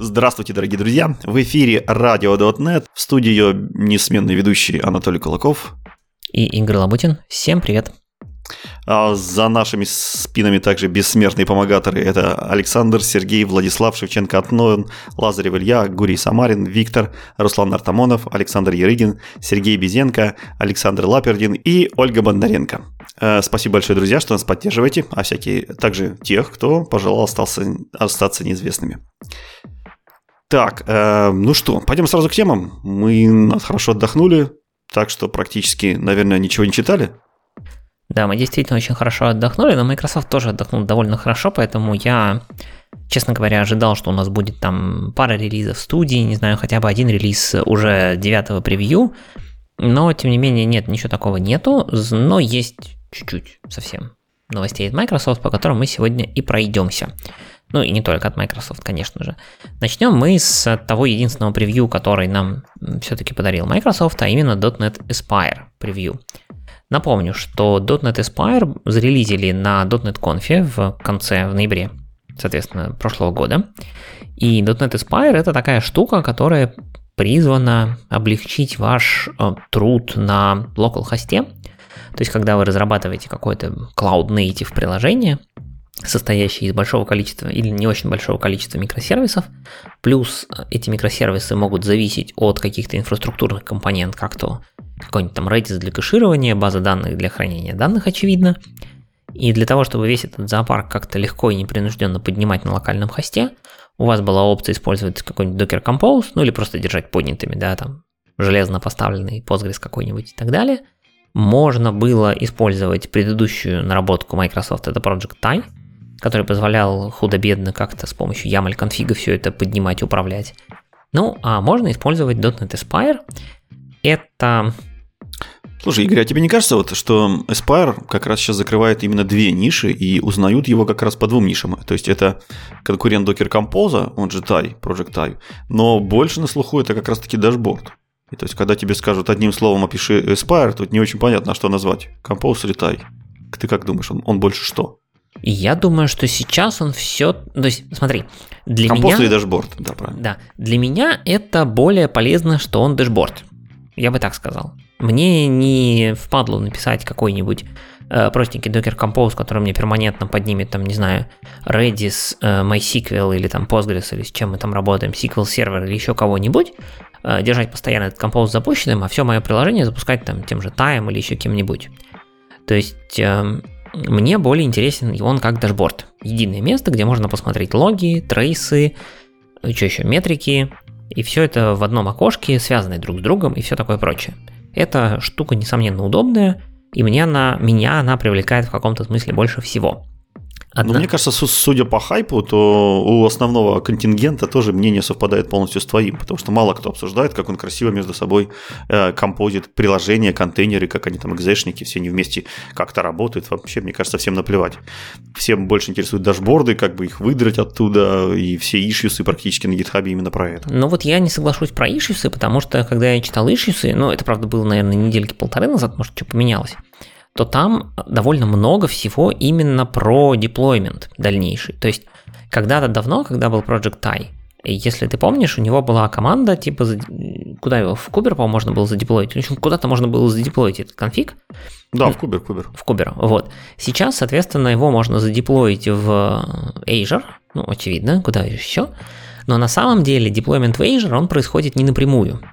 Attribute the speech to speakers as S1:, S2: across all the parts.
S1: Здравствуйте, дорогие друзья! В эфире Radio.net, в студии ее несменный ведущий Анатолий Кулаков
S2: и Игорь Лабутин. Всем привет!
S1: А за нашими спинами также бессмертные помогаторы. Это Александр, Сергей, Владислав, Шевченко, Атноин, Лазарев Илья, Гурий Самарин, Виктор, Руслан Артамонов, Александр Ярыгин, Сергей Безенко, Александр Лапердин и Ольга Бондаренко. Спасибо большое, друзья, что нас поддерживаете, а всякие также тех, кто пожелал остаться неизвестными. Так, ну что, пойдем сразу к темам. Мы хорошо отдохнули, так что практически, наверное, ничего не читали.
S2: Да, мы действительно очень хорошо отдохнули, но Microsoft тоже отдохнул довольно хорошо, поэтому я, честно говоря, ожидал, что у нас будет там пара релизов в студии, не знаю, хотя бы один релиз уже 9-го превью, но, тем не менее, нет, ничего такого нету, но есть чуть-чуть совсем новостей от Microsoft, по которым мы сегодня и пройдемся. Ну и не только от Microsoft, конечно же. Начнем мы с того единственного превью, который нам все-таки подарил Microsoft, а именно .NET Aspire превью. Напомню, что .NET Aspire зарелизили на .NET Conf в ноябре, соответственно, прошлого года. И .NET Aspire — это такая штука, которая призвана облегчить ваш труд на локал-хосте. То есть, когда вы разрабатываете какое-то cloud-native приложение, состоящий из большого количества или не очень большого количества микросервисов, плюс эти микросервисы могут зависеть от каких-то инфраструктурных компонентов, как то какой-нибудь там Redis для кэширования, база данных для хранения данных, очевидно. И для того, чтобы весь этот зоопарк как-то легко и непринужденно поднимать на локальном хосте, у вас была опция использовать какой-нибудь Docker Compose, ну или просто держать поднятыми, да, там, железно поставленный Postgres какой-нибудь и так далее. Можно было использовать предыдущую наработку Microsoft, это Project Ty, который позволял худо-бедно как-то с помощью YAML конфига все это поднимать, управлять. Ну, а можно использовать .NET Aspire. Это...
S1: Слушай, Игорь, а тебе не кажется, что Aspire как раз сейчас закрывает именно две ниши и узнают его как раз по двум нишам? То есть это конкурент Docker Compose, он же Ty, Project Ty, но больше на слуху это как раз-таки дашборд. И то есть когда тебе скажут одним словом опиши Aspire, тут не очень понятно, что назвать, Compose или Ty. Ты как думаешь, он больше что?
S2: Я думаю, что сейчас он все... То есть, смотри, для
S1: Компост
S2: меня...
S1: и дашборд, да, правильно.
S2: Да, для меня это более полезно, что он дашборд. Я бы так сказал. Мне не впадло написать какой-нибудь простенький Docker Compose, который мне перманентно поднимет, там, не знаю, Redis, MySQL или там Postgres, или с чем мы там работаем, SQL Server или еще кого-нибудь, держать постоянно этот Compose запущенным, а все мое приложение запускать там тем же Time или еще кем-нибудь. То есть... Мне более интересен он как дашборд. Единое место, где можно посмотреть логи, трейсы, что еще, метрики, и все это в одном окошке, связанное друг с другом и все такое прочее. Эта штука, несомненно, удобная, и меня она привлекает в каком-то смысле больше всего.
S1: Но мне кажется, судя по хайпу, то у основного контингента тоже мнение совпадает полностью с твоим, потому что мало кто обсуждает, как он красиво между собой композит приложения, контейнеры, как они там экзешники, все они вместе как-то работают. Вообще, мне кажется, всем наплевать. Всем больше интересуют дашборды, как бы их выдрать оттуда, и все ишьюсы практически на GitHub именно про это.
S2: Ну вот я не соглашусь про ишьюсы, потому что когда я читал ишьюсы, ну это правда было, наверное, недельки-полторы назад, может, что поменялось, то там довольно много всего именно про деплоймент дальнейший. То есть, когда-то давно, когда был Project Ty, если ты помнишь, у него была команда, типа, куда его, в Кубер, по-моему, можно было задеплоить. В общем, куда-то можно было задеплоить этот конфиг.
S1: Да, в Кубер.
S2: В Кубер, вот. Сейчас, соответственно, его можно задеплоить в Azure, ну, очевидно, куда еще. Но на самом деле деплоймент в Azure, он происходит не напрямую.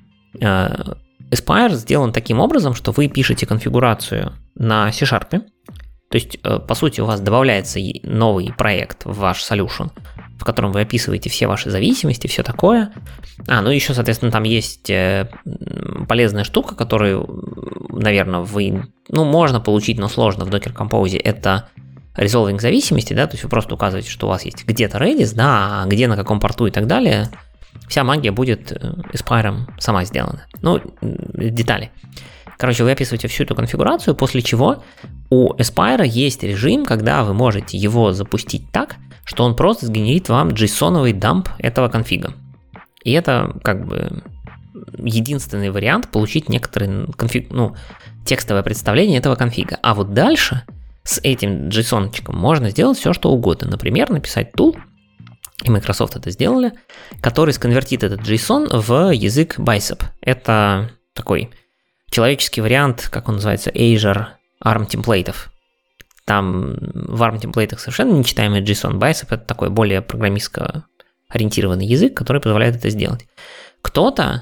S2: Aspire сделан таким образом, что вы пишете конфигурацию на C#, то есть, по сути, у вас добавляется новый проект в ваш solution, в котором вы описываете все ваши зависимости, все такое. Ну еще, соответственно, там есть полезная штука, которую, наверное, можно получить, но сложно в Docker Compose, это resolving зависимости, да, то есть вы просто указываете, что у вас есть где-то Redis, да, а где на каком порту и так далее. Вся магия будет Aspire сама сделана. Ну, детали. Короче, вы описываете всю эту конфигурацию, после чего у Aspire есть режим, когда вы можете его запустить так, что он просто сгенерит вам JSON-овый дамп этого конфига. И это как бы единственный вариант получить некоторый текстовое представление этого конфига. А вот дальше с этим JSON-чиком можно сделать все, что угодно. Например, написать тул, и Microsoft это сделали, который сконвертит этот JSON в язык Bicep. Это такой человеческий вариант, как он называется, Azure ARM темплейтов. Там в ARM темплейтах совершенно нечитаемый JSON. Bicep — это такой более программистско ориентированный язык, который позволяет это сделать. Кто-то,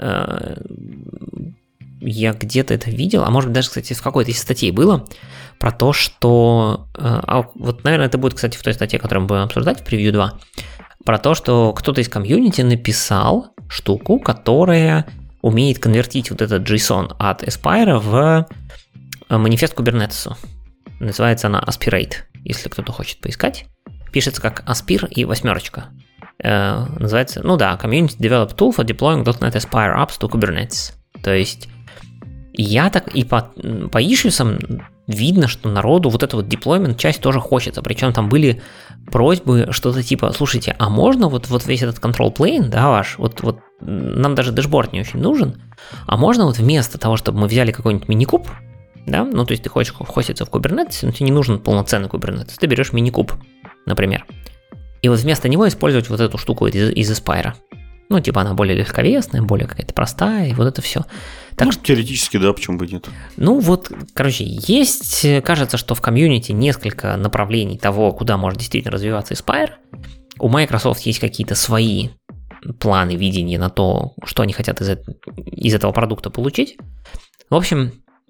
S2: я где-то это видел, а может быть даже, кстати, в какой-то из статей было, про то, что... вот, наверное, это будет, кстати, в той статье, которую мы будем обсуждать в превью 2, про то, что кто-то из комьюнити написал штуку, которая умеет конвертить вот этот JSON от Aspire в манифест Kubernetes. Называется она Aspirate, если кто-то хочет поискать. Пишется как Aspir и восьмерочка. Называется, Community Developed Tool for Deploying .NET Aspire Apps to Kubernetes. То есть я так и по issues видно, что народу вот эту вот deployment часть тоже хочется. Причем там были просьбы что-то типа, слушайте, а можно вот весь этот control plane, да, ваш, вот нам даже дэшборд не очень нужен, а можно вот вместо того, чтобы мы взяли какой-нибудь мини-куб, да, то есть ты хочешь хоститься в Kubernetes, но тебе не нужен полноценный Kubernetes, ты берешь мини-куб, например, и вот вместо него использовать вот эту штуку из Aspire. Она более легковесная, более какая-то простая, и вот это все.
S1: Так что теоретически, да, почему бы нет?
S2: Есть, кажется, что в комьюнити несколько направлений того, куда может действительно развиваться Aspire. У Microsoft есть какие-то свои планы, видения на то, что они хотят из этого продукта получить. В общем,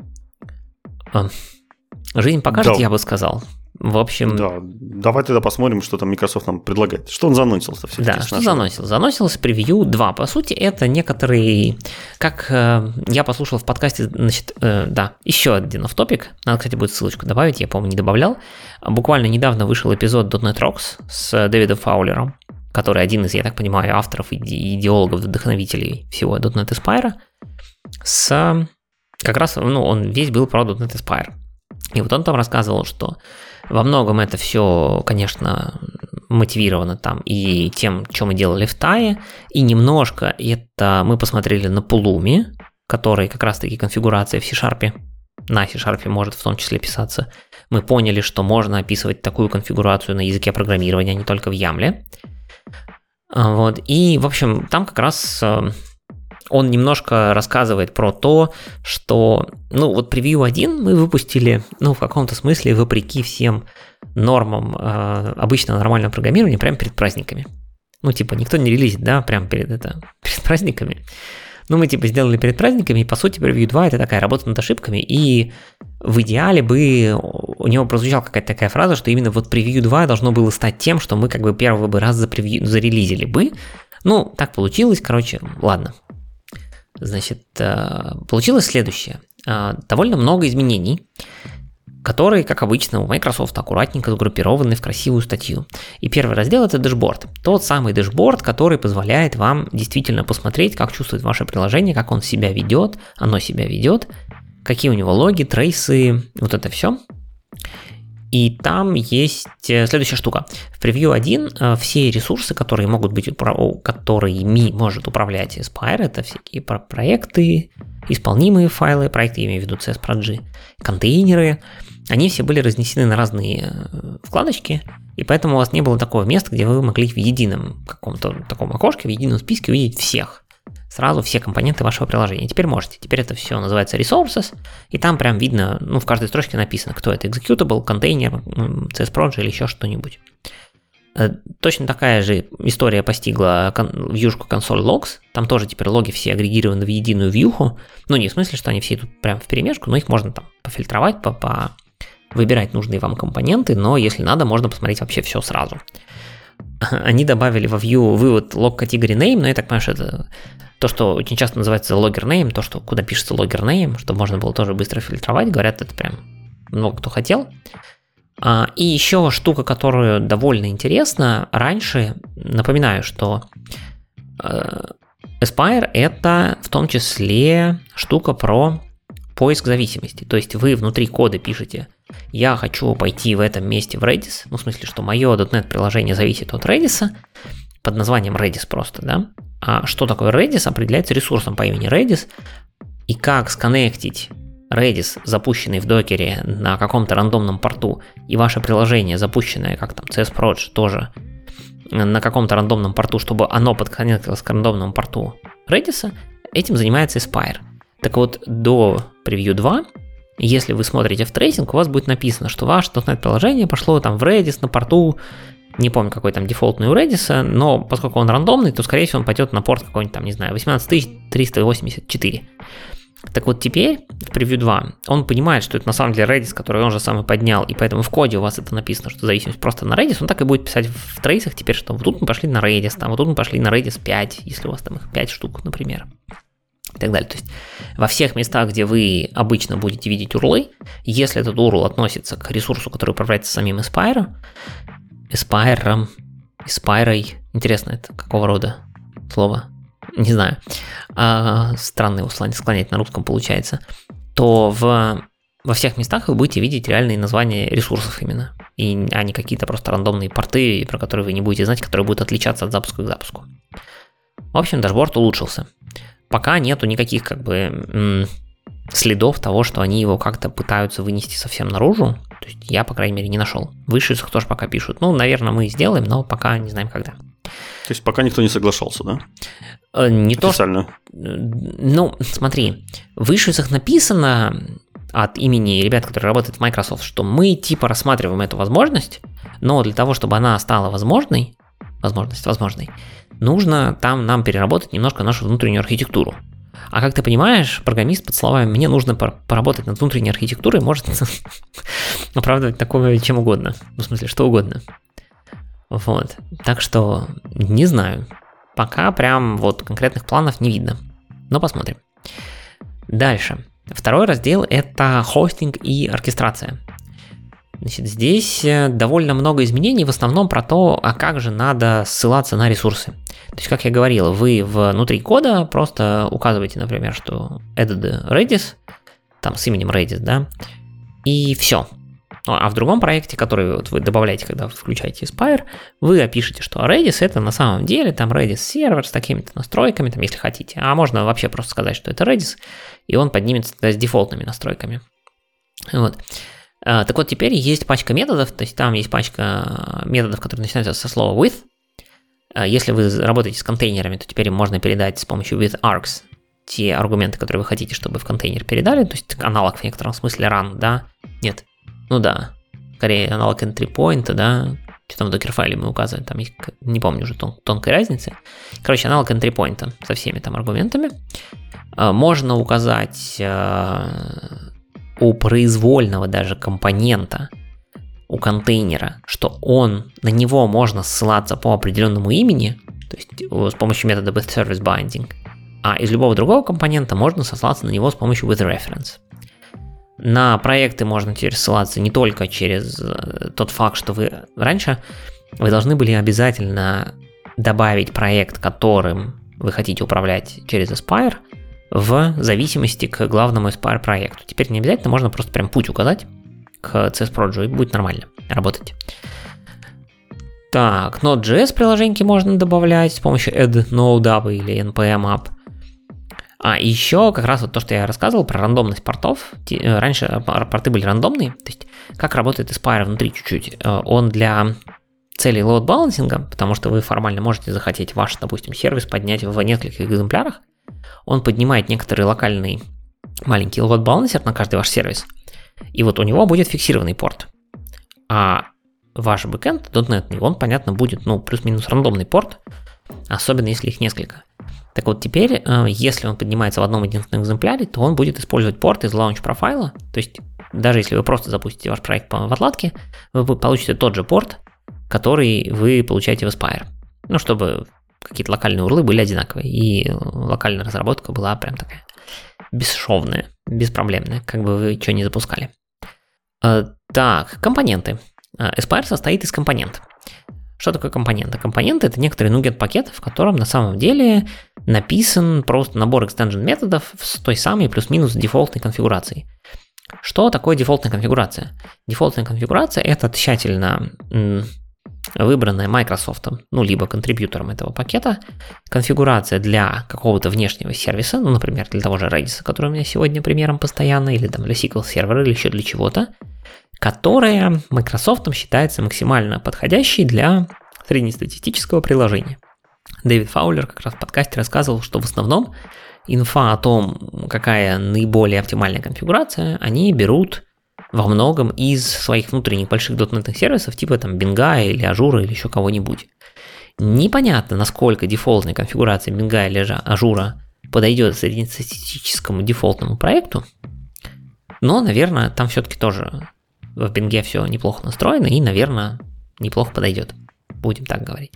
S2: жизнь покажет, да. Я бы сказал. В общем...
S1: Да, давай тогда посмотрим, что там Microsoft нам предлагает. Что он заносился все-таки?
S2: Да, что заносил? Заносился превью 2. По сути, это некоторые... Как я послушал в подкасте, еще один офф-топик. Надо, кстати, будет ссылочку добавить, я, по-моему, не добавлял. Буквально недавно вышел эпизод .NET Rocks с Дэвидом Фаулером, который один из, я так понимаю, авторов и идеологов, вдохновителей всего .NET Aspire. Как раз, он весь был про .NET Aspire. И вот он там рассказывал, что во многом это все, конечно, мотивировано там и тем, что мы делали в Тае, и немножко это мы посмотрели на Pulumi, который как раз-таки конфигурация в C-Sharp, на C-Sharp может в том числе писаться. Мы поняли, что можно описывать такую конфигурацию на языке программирования, а не только в YAML. Вот. И, в общем, там как раз... Он немножко рассказывает про то, что, превью 1 мы выпустили, в каком-то смысле, вопреки всем нормам обычного нормального программирования, прямо перед праздниками. Никто не релизит, да, прямо перед праздниками. Мы, сделали перед праздниками, и, по сути, превью 2 это такая работа над ошибками, и в идеале бы у него прозвучала какая-то такая фраза, что именно вот превью 2 должно было стать тем, что мы первый бы раз зарелизили бы. Так получилось, ладно. Значит, получилось следующее. Довольно много изменений, которые, как обычно, у Microsoft аккуратненько сгруппированы в красивую статью. И первый раздел – это дэшборд. Тот самый дэшборд, который позволяет вам действительно посмотреть, как чувствует ваше приложение, как он себя ведет, оно себя ведет, какие у него логи, трейсы, вот это все. И там есть следующая штука. В превью 1 все ресурсы, которые могут быть, которыми может управлять Aspire, это всякие проекты, исполнимые файлы, проекты, я имею в виду CS-Proj, контейнеры, они все были разнесены на разные вкладочки, и поэтому у вас не было такого места, где вы могли в едином каком-то таком окошке, в едином списке увидеть сразу все компоненты вашего приложения. Теперь можете. Теперь это все называется resources, и там прям видно, в каждой строчке написано, кто это, executable, контейнер, CS-Proj или еще что-нибудь. Точно такая же история постигла вьюшку console logs, там тоже теперь логи все агрегированы в единую вьюху, не в смысле, что они все идут прям вперемешку, но их можно там пофильтровать, выбирать нужные вам компоненты, но если надо, можно посмотреть вообще все сразу. Они добавили во view вывод log category name, но я так понимаю, что это то, что очень часто называется logger name, то, что куда пишется logger name, чтобы можно было тоже быстро фильтровать, говорят, это прям много кто хотел. И еще штука, которая довольно интересна, раньше, напоминаю, что Aspire это в том числе штука про поиск зависимости, то есть вы внутри кода пишете: я хочу пойти в этом месте в Redis, в смысле, что мое .NET приложение зависит от Redis, под названием Redis просто, да? А что такое Redis, определяется ресурсом по имени Redis, и как сконнектить Redis, запущенный в докере на каком-то рандомном порту, и ваше приложение, запущенное как там CS-Proj тоже на каком-то рандомном порту, чтобы оно подконнектилось к рандомному порту Redis, этим занимается Aspire. Так вот, до Preview 2, если вы смотрите в трейсинг, у вас будет написано, что ваше .NET-приложение пошло там в Redis на порту, не помню, какой там дефолтный у Redis, но поскольку он рандомный, то, скорее всего, он пойдет на порт какой-нибудь там, не знаю, 18384. Так вот теперь в Preview 2 он понимает, что это на самом деле Redis, который он же сам и поднял, и поэтому в коде у вас это написано, что зависимость просто на Redis, он так и будет писать в трейсах теперь, что вот тут мы пошли на Redis, там, вот тут мы пошли на Redis 5, если у вас там их 5 штук, например, и так далее. То есть во всех местах, где вы обычно будете видеть урлы, если этот URL относится к ресурсу, который управляется самим Aspire, интересно, это какого рода слово? Не знаю, странное склонять на русском получается, то во всех местах вы будете видеть реальные названия ресурсов именно, а не какие-то просто рандомные порты, про которые вы не будете знать, которые будут отличаться от запуска к запуску. В общем, дашборд улучшился. Пока нету никаких следов того, что они его как-то пытаются вынести совсем наружу. То есть я, по крайней мере, не нашел. В ишьюсах тоже пока пишут. Ну, наверное, мы сделаем, но пока не знаем когда.
S1: То есть пока никто не соглашался, да?
S2: Не
S1: официально.
S2: То, ну, смотри, в ишьюсах написано от имени ребят, которые работают в Microsoft, что мы типа рассматриваем эту возможность, но для того, чтобы она стала возможной, нужно там нам переработать немножко нашу внутреннюю архитектуру. А как ты понимаешь, программист под словами «мне нужно поработать над внутренней архитектурой» может оправдывать такое чем угодно. В смысле, что угодно. Вот. Так что не знаю. Пока прям вот конкретных планов не видно. Но посмотрим. Дальше. Второй раздел – это хостинг и оркестрация. Значит, здесь довольно много изменений, в основном про то, а как же надо ссылаться на ресурсы. То есть, как я говорил, вы внутри кода просто указываете, например, что added Redis, там с именем Redis, да, и все. А в другом проекте, который вот вы добавляете, когда включаете Aspire, вы опишете, что Redis это на самом деле там Redis сервер с такими-то настройками, там, если хотите. А можно вообще просто сказать, что это Redis, и он поднимется тогда с дефолтными настройками. Вот. Так вот, теперь есть пачка методов, то есть там есть пачка методов, которые начинаются со слова with. Если вы работаете с контейнерами, то теперь им можно передать с помощью with args те аргументы, которые вы хотите, чтобы в контейнер передали, то есть аналог в некотором смысле run, да? Нет. Ну да, скорее аналог entry point, да, что там в докер-файле мы указываем, там есть, не помню уже тонкой разницы. Короче, аналог entry point со всеми там аргументами. Можно указать у произвольного даже компонента, у контейнера, что на него можно ссылаться по определенному имени, то есть с помощью метода with service binding, а из любого другого компонента можно сослаться на него с помощью with reference. На проекты можно теперь ссылаться не только через тот факт, что раньше вы должны были обязательно добавить проект, которым вы хотите управлять через Aspire, в зависимости к главному Aspire проекту. Теперь не обязательно, можно просто прям путь указать к CS Project, и будет нормально работать. Так, Node.js приложеньки можно добавлять с помощью add node up или npm up. А еще как раз вот то, что я рассказывал про рандомность портов. Раньше порты были рандомные, то есть как работает Aspire внутри чуть-чуть. Он для целей лоуд-балансинга, потому что вы формально можете захотеть ваш, допустим, сервис поднять в нескольких экземплярах. Он поднимает некоторый локальный маленький лоуд-балансер на каждый ваш сервис. И вот у него будет фиксированный порт. А ваш бэкэнд .NET, он, понятно, будет плюс-минус рандомный порт, особенно если их несколько. Так вот теперь, если он поднимается в одном единственном экземпляре, то он будет использовать порт из launch профайла. То есть даже если вы просто запустите ваш проект в отладке, вы получите тот же порт, который вы получаете в Aspire. Чтобы какие-то локальные урлы были одинаковые, и локальная разработка была прям такая бесшовная, беспроблемная, как бы вы что ни запускали. Так, компоненты. Aspire состоит из компонентов. Что такое компоненты? Компоненты — это некоторый нугет-пакет, в котором на самом деле написан просто набор extension методов с той самой плюс-минус дефолтной конфигурацией. Что такое дефолтная конфигурация? Дефолтная конфигурация — это тщательно выбранная Microsoft, либо контрибьютором этого пакета, конфигурация для какого-то внешнего сервиса, например, для того же Redis, который у меня сегодня примером постоянно, или там для SQL сервера, или еще для чего-то, которая Microsoft считается максимально подходящей для среднестатистического приложения. Дэвид Фаулер как раз в подкасте рассказывал, что в основном инфа о том, какая наиболее оптимальная конфигурация, они берут во многом из своих внутренних больших дотнетных сервисов, типа там Бинга или Ажура или еще кого-нибудь. Непонятно, насколько дефолтная конфигурация Бинга или Ажура подойдет среднестатистическому дефолтному проекту, но, наверное, там все-таки тоже в Бинге все неплохо настроено и, наверное, неплохо подойдет. Будем так говорить.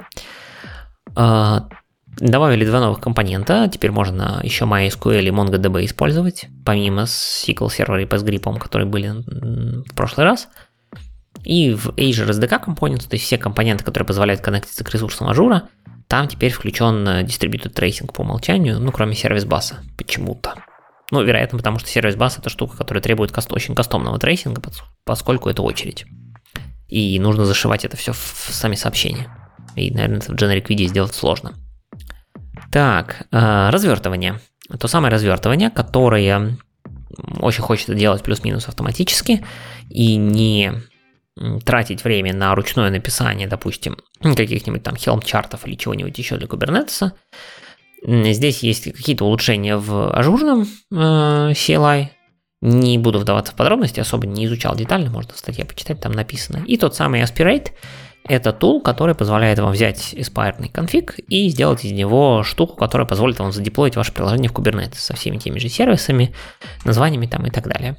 S2: Добавили 2 новых компонента, теперь можно еще MySQL и MongoDB использовать, помимо SQL Server и PostgreSQL, которые были в прошлый раз. И в Azure SDK Components, то есть все компоненты, которые позволяют коннектиться к ресурсам Ажура, там теперь включен Distributed Tracing по умолчанию, кроме сервис-баса почему-то. Вероятно, потому что сервис-бас — это штука, которая требует очень кастомного трейсинга, поскольку это очередь. И нужно зашивать это все в сами сообщения. И, наверное, это в Generic виде сделать сложно. Так, развертывание. То самое развертывание, которое очень хочется делать плюс-минус автоматически и не тратить время на ручное написание, допустим, каких-нибудь там Helm-чартов или чего-нибудь еще для Kubernetes. Здесь есть какие-то улучшения в ажурном CLI. Не буду вдаваться в подробности, особо не изучал детально, можно в статье почитать, там написано. И тот самый Aspirate — это тул, который позволяет вам взять Aspire конфиг и сделать из него штуку, которая позволит вам задеплоить ваше приложение в Kubernetes со всеми теми же сервисами, названиями там и так далее.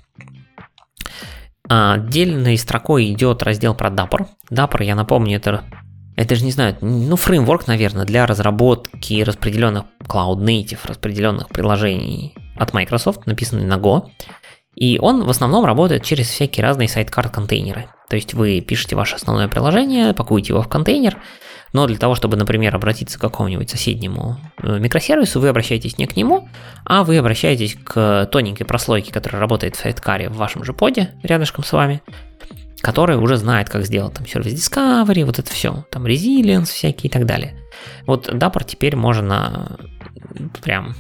S2: Отдельной строкой идет раздел про Dapr. Dapr, я напомню, это же, не знаю, фреймворк, наверное, для разработки распределенных Cloud Native, распределенных приложений от Microsoft, написанный на Go. И он в основном работает через всякие разные сайдкар-контейнеры. То есть вы пишете ваше основное приложение, пакуете его в контейнер, но для того, чтобы, например, обратиться к какому-нибудь соседнему микросервису, вы обращаетесь не к нему, а вы обращаетесь к тоненькой прослойке, которая работает в сайдкаре в вашем же поде, рядышком с вами, который уже знает, как сделать там сервис Discovery, вот это все, там Resilience всякие и так далее. Вот Dapr теперь можно прям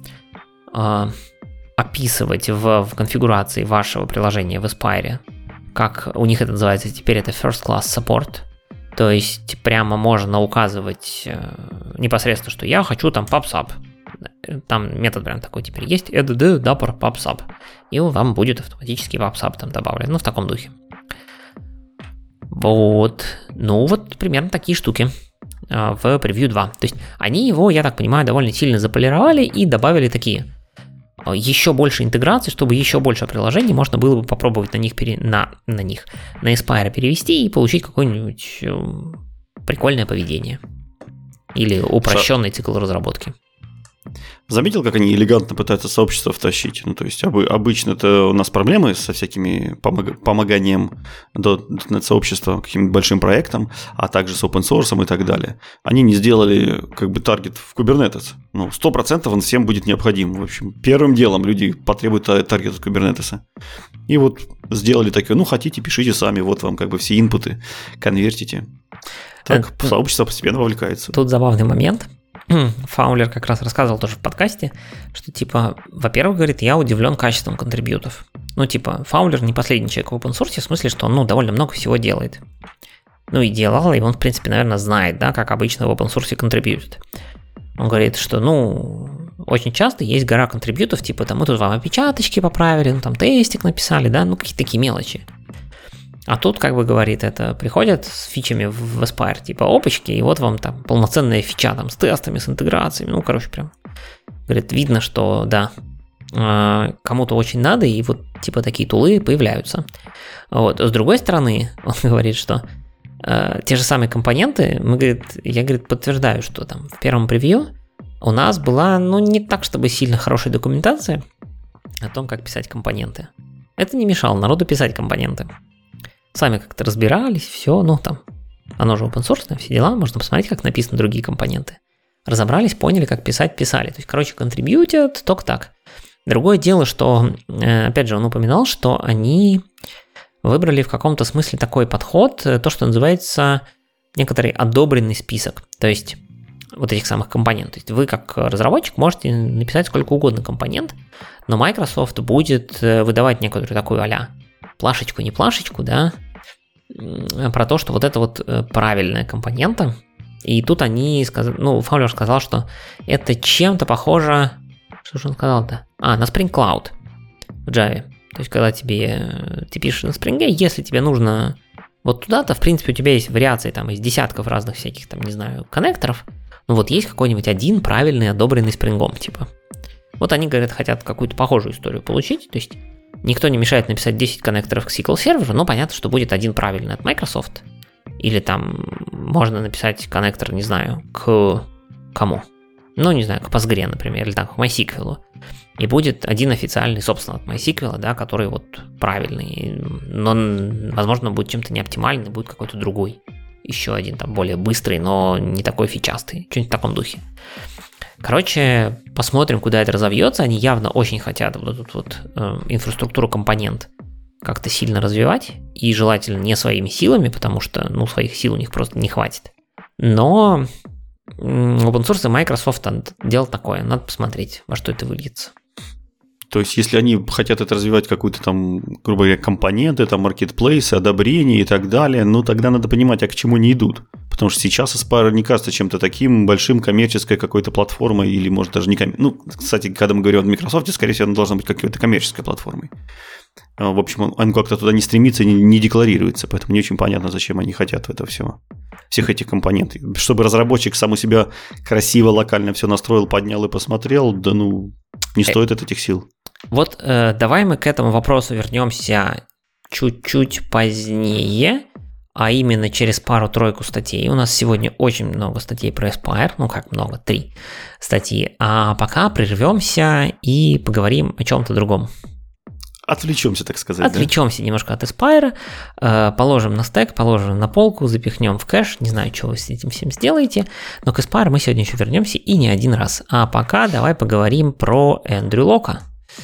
S2: описывать в конфигурации вашего приложения в Aspire, как у них это называется теперь, это First Class Support. То есть прямо можно указывать непосредственно, что я хочу там PubSub. Там метод прям такой теперь есть, add Dapr PubSub. И вам будет автоматически PubSub там добавлен, в таком духе. Вот примерно такие штуки в Preview 2. То есть они его, я так понимаю, довольно сильно заполировали и добавили такие еще больше интеграции, чтобы еще больше приложений можно было бы попробовать на Aspire перевести и получить какое-нибудь прикольное поведение. Или упрощенный цикл разработки.
S1: Заметил, как они элегантно пытаются сообщество втащить? То есть обычно это у нас проблемы со всякими помоганием .NET-сообщества каким-то большим проектам, а также с open source и так далее. Они не сделали таргет в Kubernetes. 100% он всем будет необходим. В общем, первым делом люди потребуют таргет от Kubernetes. И вот сделали такое, хотите, пишите сами, вот вам все инпуты, конвертите. Так сообщество постепенно вовлекается.
S2: Тут забавный момент. Фаулер как раз рассказывал тоже в подкасте, что во-первых, говорит, я удивлен качеством контрибьютов. Фаулер не последний человек в open source, в смысле, что он довольно много всего делает. И делал, и он, в принципе, наверное, знает, как обычно в open source контрибьютят. Он говорит, что, очень часто есть гора контрибьютов, мы тут вам опечаточки поправили, там тестик написали, какие-то такие мелочи. А тут, говорит, это приходят с фичами в Aspire, опачки, и вот вам там полноценная фича там с тестами, с интеграциями, прям. Говорит, видно, что, кому-то очень надо, и вот такие тулы появляются. Вот. С другой стороны, он говорит, что те же самые компоненты, я подтверждаю, что там в первом превью у нас была, не так, чтобы сильно хорошая документация о том, как писать компоненты. Это не мешало народу писать компоненты. Сами как-то разбирались, все, оно же open source, все дела, можно посмотреть, как написаны другие компоненты. Разобрались, поняли, как писать, писали. То есть, контрибьютят только так. Другое дело, что, опять же, он упоминал, что они выбрали в каком-то смысле такой подход, то, что называется некоторый одобренный список. То есть, вот этих самых компонентов. То есть, вы как разработчик можете написать сколько угодно компонент, но Microsoft будет выдавать некоторую такую а-ля плашечку, не плашечку, про то, что вот это вот правильная компонента, И тут они сказали, Fowler сказал, что это чем-то похоже, что же он сказал-то? На Spring Cloud в Java. То есть, когда ты пишешь на Spring, если тебе нужно вот туда-то, в принципе, у тебя есть вариации там из десятков разных всяких, там, не знаю, коннекторов, есть какой-нибудь один правильный, одобренный Spring, типа. Вот они, говорят, хотят какую-то похожую историю получить, то есть никто не мешает написать 10 коннекторов к SQL Server, но понятно, что будет один правильный от Microsoft, или там можно написать коннектор, не знаю, к кому? Не знаю, к Postgre, например, или там к MySQL. И будет один официальный, собственно, от MySQL, да, который вот правильный, но, возможно, будет чем-то неоптимальный, будет какой-то другой. Еще один там более быстрый, но не такой фичастый. Что-нибудь в таком духе. Короче, посмотрим, куда это разовьется. Они явно очень хотят вот эту инфраструктуру компонент как-то сильно развивать. И желательно не своими силами, потому что, своих сил у них просто не хватит. Но open source и Microsoft дело такое. Надо посмотреть, во что это выльется.
S1: То есть, если они хотят это развивать какую-то там, грубо говоря, компоненты, там, маркетплейсы, одобрения и так далее, тогда надо понимать, а к чему они идут. Потому что сейчас Aspire не кажется чем-то таким большим коммерческой какой-то платформой, или, может, даже не кстати, когда мы говорим о Microsoft, скорее всего, она должна быть какой-то коммерческой платформой. В общем, он как-то туда не стремится и не декларируется, поэтому не очень понятно, зачем они хотят этого всего. Всех этих компонентов. Чтобы разработчик сам у себя красиво, локально все настроил, поднял и посмотрел, не стоит это этих сил.
S2: Вот давай мы к этому вопросу вернемся чуть-чуть позднее, а именно через пару-тройку статей. У нас сегодня очень много статей про Aspire, как много, 3 статьи. А пока прервемся и поговорим о чем-то другом.
S1: Отвлечемся, так сказать.
S2: Отвлечемся немножко от Aspire, положим на стек, положим на полку, запихнем в кэш. Не знаю, что вы с этим всем сделаете, но к Aspire мы сегодня еще вернемся и не один раз. А пока давай поговорим про Эндрю Лока.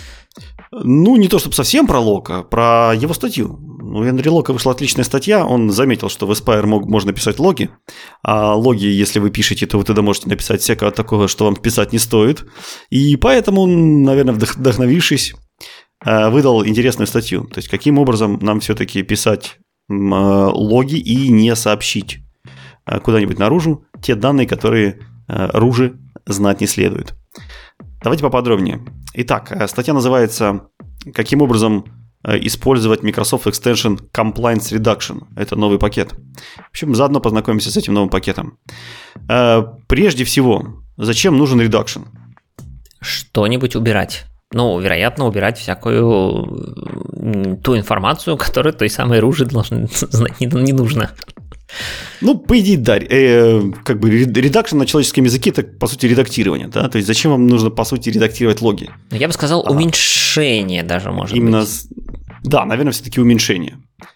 S1: Не то чтобы совсем про Лока, про его статью. У Эндрю Лока вышла отличная статья, он заметил, что в Aspire можно писать логи, а логи, если вы пишете, то вы туда можете написать всякого такого, что вам писать не стоит. И поэтому, наверное, вдохновившись, выдал интересную статью. То есть, каким образом нам все-таки писать логи и не сообщить куда-нибудь наружу те данные, которые руже знать не следует. Давайте поподробнее. Итак, статья называется «Каким образом использовать Microsoft Extension Compliance Reduction». Это новый пакет. В общем, заодно познакомимся с этим новым пакетом. Прежде всего, зачем нужен reduction?
S2: Что-нибудь убирать. Вероятно, убирать всякую ту информацию, которую той самой руже должны знать не нужно.
S1: По идее, да. Редакшн на человеческом языке – это, по сути, редактирование. Да? То есть, зачем вам нужно, по сути, редактировать логи?
S2: Я бы сказал, уменьшение даже, может
S1: именно
S2: быть.
S1: Да, наверное, все-таки уменьшение.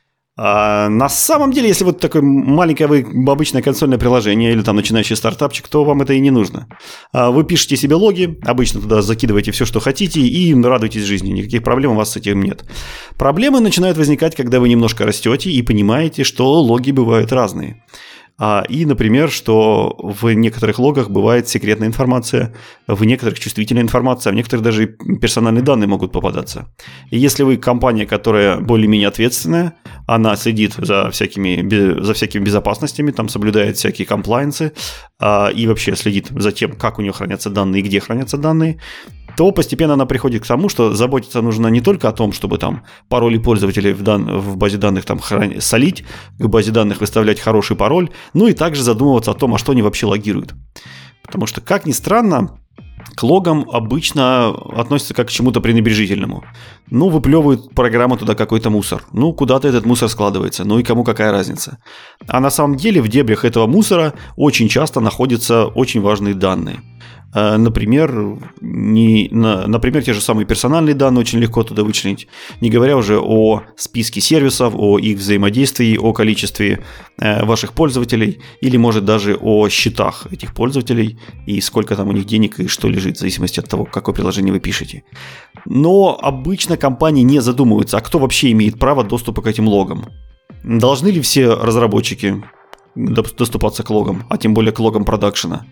S1: На самом деле, если вот такое маленькое обычное консольное приложение или там начинающий стартапчик, то вам это и не нужно. Вы пишете себе логи, обычно туда закидываете все, что хотите, и радуетесь жизни. Никаких проблем у вас с этим нет. Проблемы начинают возникать, когда вы немножко растете и понимаете, что логи бывают разные. И, например, что в некоторых логах бывает секретная информация, в некоторых чувствительная информация, а в некоторых даже персональные данные могут попадаться. И если вы компания, которая более-менее ответственная, она следит за всякими безопасностями, там соблюдает всякие комплайенсы и вообще следит за тем, как у нее хранятся данные и где хранятся данные, то постепенно она приходит к тому, что заботиться нужно не только о том, чтобы там пароли пользователей в базе данных там солить, к базе данных выставлять хороший пароль, но и также задумываться о том, а что они вообще логируют. Потому что, как ни странно, к логам обычно относятся как к чему-то пренебрежительному. Выплевывают программа туда какой-то мусор. Куда-то этот мусор складывается. И кому какая разница. А на самом деле в дебрях этого мусора очень часто находятся очень важные данные. Например, те же самые персональные данные очень легко туда вычленить, не говоря уже о списке сервисов, о их взаимодействии, о количестве ваших пользователей или, может, даже о счетах этих пользователей и сколько там у них денег и что лежит, в зависимости от того, какое приложение вы пишете. Но обычно компании не задумываются, а кто вообще имеет право доступа к этим логам. Должны ли все разработчики доступаться к логам, а тем более к логам продакшена?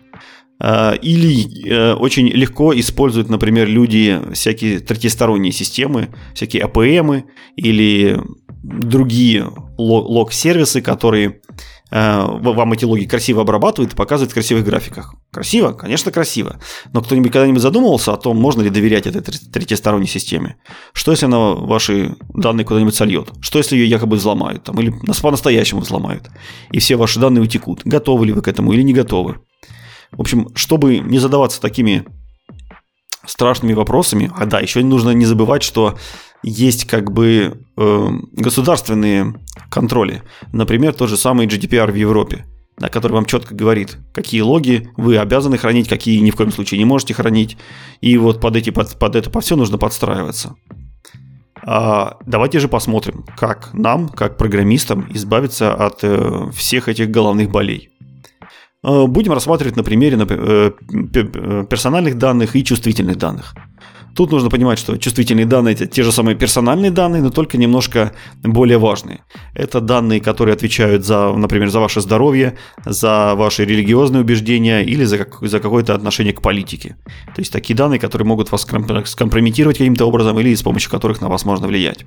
S1: Или очень легко используют, например, люди всякие третьесторонние системы, всякие APM или другие лог-сервисы, которые вам эти логи красиво обрабатывают и показывают в красивых графиках. Красиво? Конечно, красиво. Но кто-нибудь когда-нибудь задумывался о том, можно ли доверять этой третьесторонней системе? Что, если она ваши данные куда-нибудь сольет? Что, если ее якобы взломают? Или по-настоящему взломают? И все ваши данные утекут. Готовы ли вы к этому или не готовы? В общем, чтобы не задаваться такими страшными вопросами, еще нужно не забывать, что есть государственные контроли. Например, тот же самый GDPR в Европе, который вам четко говорит, какие логи вы обязаны хранить, какие ни в коем случае не можете хранить. И вот под это по все нужно подстраиваться. Давайте же посмотрим, как нам, как программистам, избавиться от всех этих головных болей. Будем рассматривать на примере персональных данных и чувствительных данных. Тут нужно понимать, что чувствительные данные – это те же самые персональные данные, но только немножко более важные. Это данные, которые отвечают например, за ваше здоровье, за ваши религиозные убеждения или за какое-то отношение к политике. То есть такие данные, которые могут вас скомпрометировать каким-то образом или с помощью которых на вас можно влиять.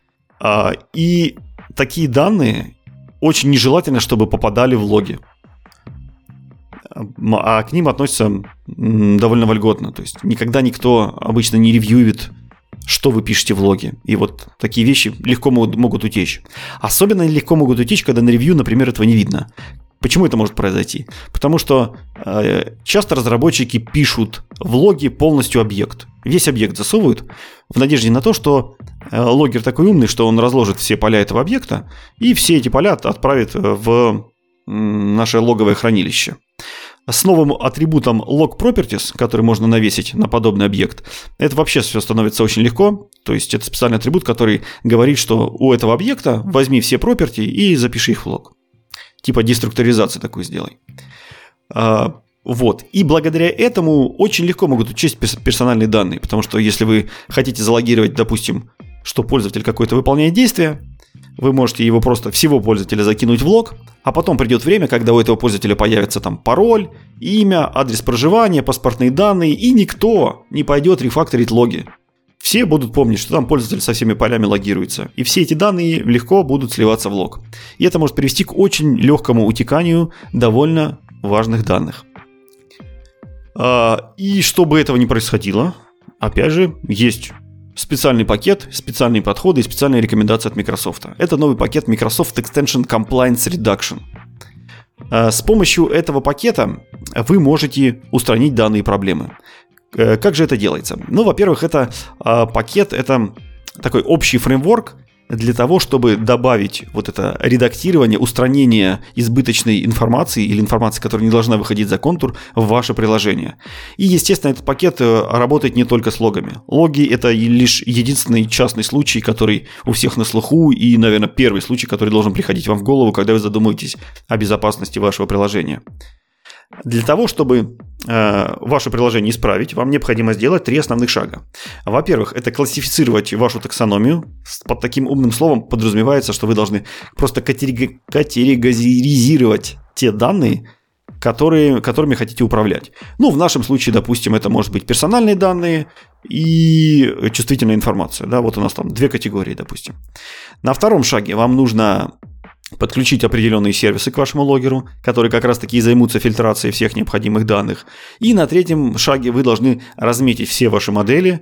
S1: И такие данные очень нежелательно, чтобы попадали в логи. А к ним относятся довольно вольготно. То есть никогда никто обычно не ревьюет, что вы пишете в логе. И вот такие вещи легко могут утечь. Особенно легко могут утечь, когда на ревью, например, этого не видно. Почему это может произойти? Потому что часто разработчики пишут в логе полностью объект. Весь объект засовывают в надежде на то, что логер такой умный, что он разложит все поля этого объекта и все эти поля отправит в наше логовое хранилище. С новым атрибутом log_properties, который можно навесить на подобный объект, это вообще все становится очень легко. То есть это специальный атрибут, который говорит, что у этого объекта возьми все property и запиши их в лог. Типа деструктуризации такую сделай. Вот. И благодаря этому очень легко могут учесть персональные данные, потому что если вы хотите залогировать, допустим, что пользователь какое-то выполняет действие, вы можете его просто всего пользователя закинуть в лог, а потом придет время, когда у этого пользователя появится там пароль, имя, адрес проживания, паспортные данные, и никто не пойдет рефакторить логи. Все будут помнить, что там пользователь со всеми полями логируется, и все эти данные легко будут сливаться в лог. И это может привести к очень легкому утеканию довольно важных данных. И чтобы этого не происходило, опять же, есть специальный пакет, специальные подходы и специальные рекомендации от Microsoft. Это новый пакет Microsoft Extension Compliance Reduction. С помощью этого пакета вы можете устранить данные проблемы. Как же это делается? Ну, во-первых, это пакет, это такой общий фреймворк для того, чтобы добавить вот это редактирование, устранение избыточной информации или информации, которая не должна выходить за контур, в ваше приложение. И, естественно, этот пакет работает не только с логами. Логи – это лишь единственный частный случай, который у всех на слуху, и, наверное, первый случай, который должен приходить вам в голову, когда вы задумаетесь о безопасности вашего приложения. Для того, чтобы ваше приложение исправить, вам необходимо сделать 3 основных шага. Во-первых, это классифицировать вашу таксономию. Под таким умным словом подразумевается, что вы должны просто категоризировать те данные, которыми хотите управлять. Ну, в нашем случае, допустим, это может быть персональные данные и чувствительная информация. Да, вот у нас там 2 категории, допустим. На втором шаге вам нужно подключить определенные сервисы к вашему логеру, которые как раз-таки займутся фильтрацией всех необходимых данных. И на третьем шаге вы должны разметить все ваши модели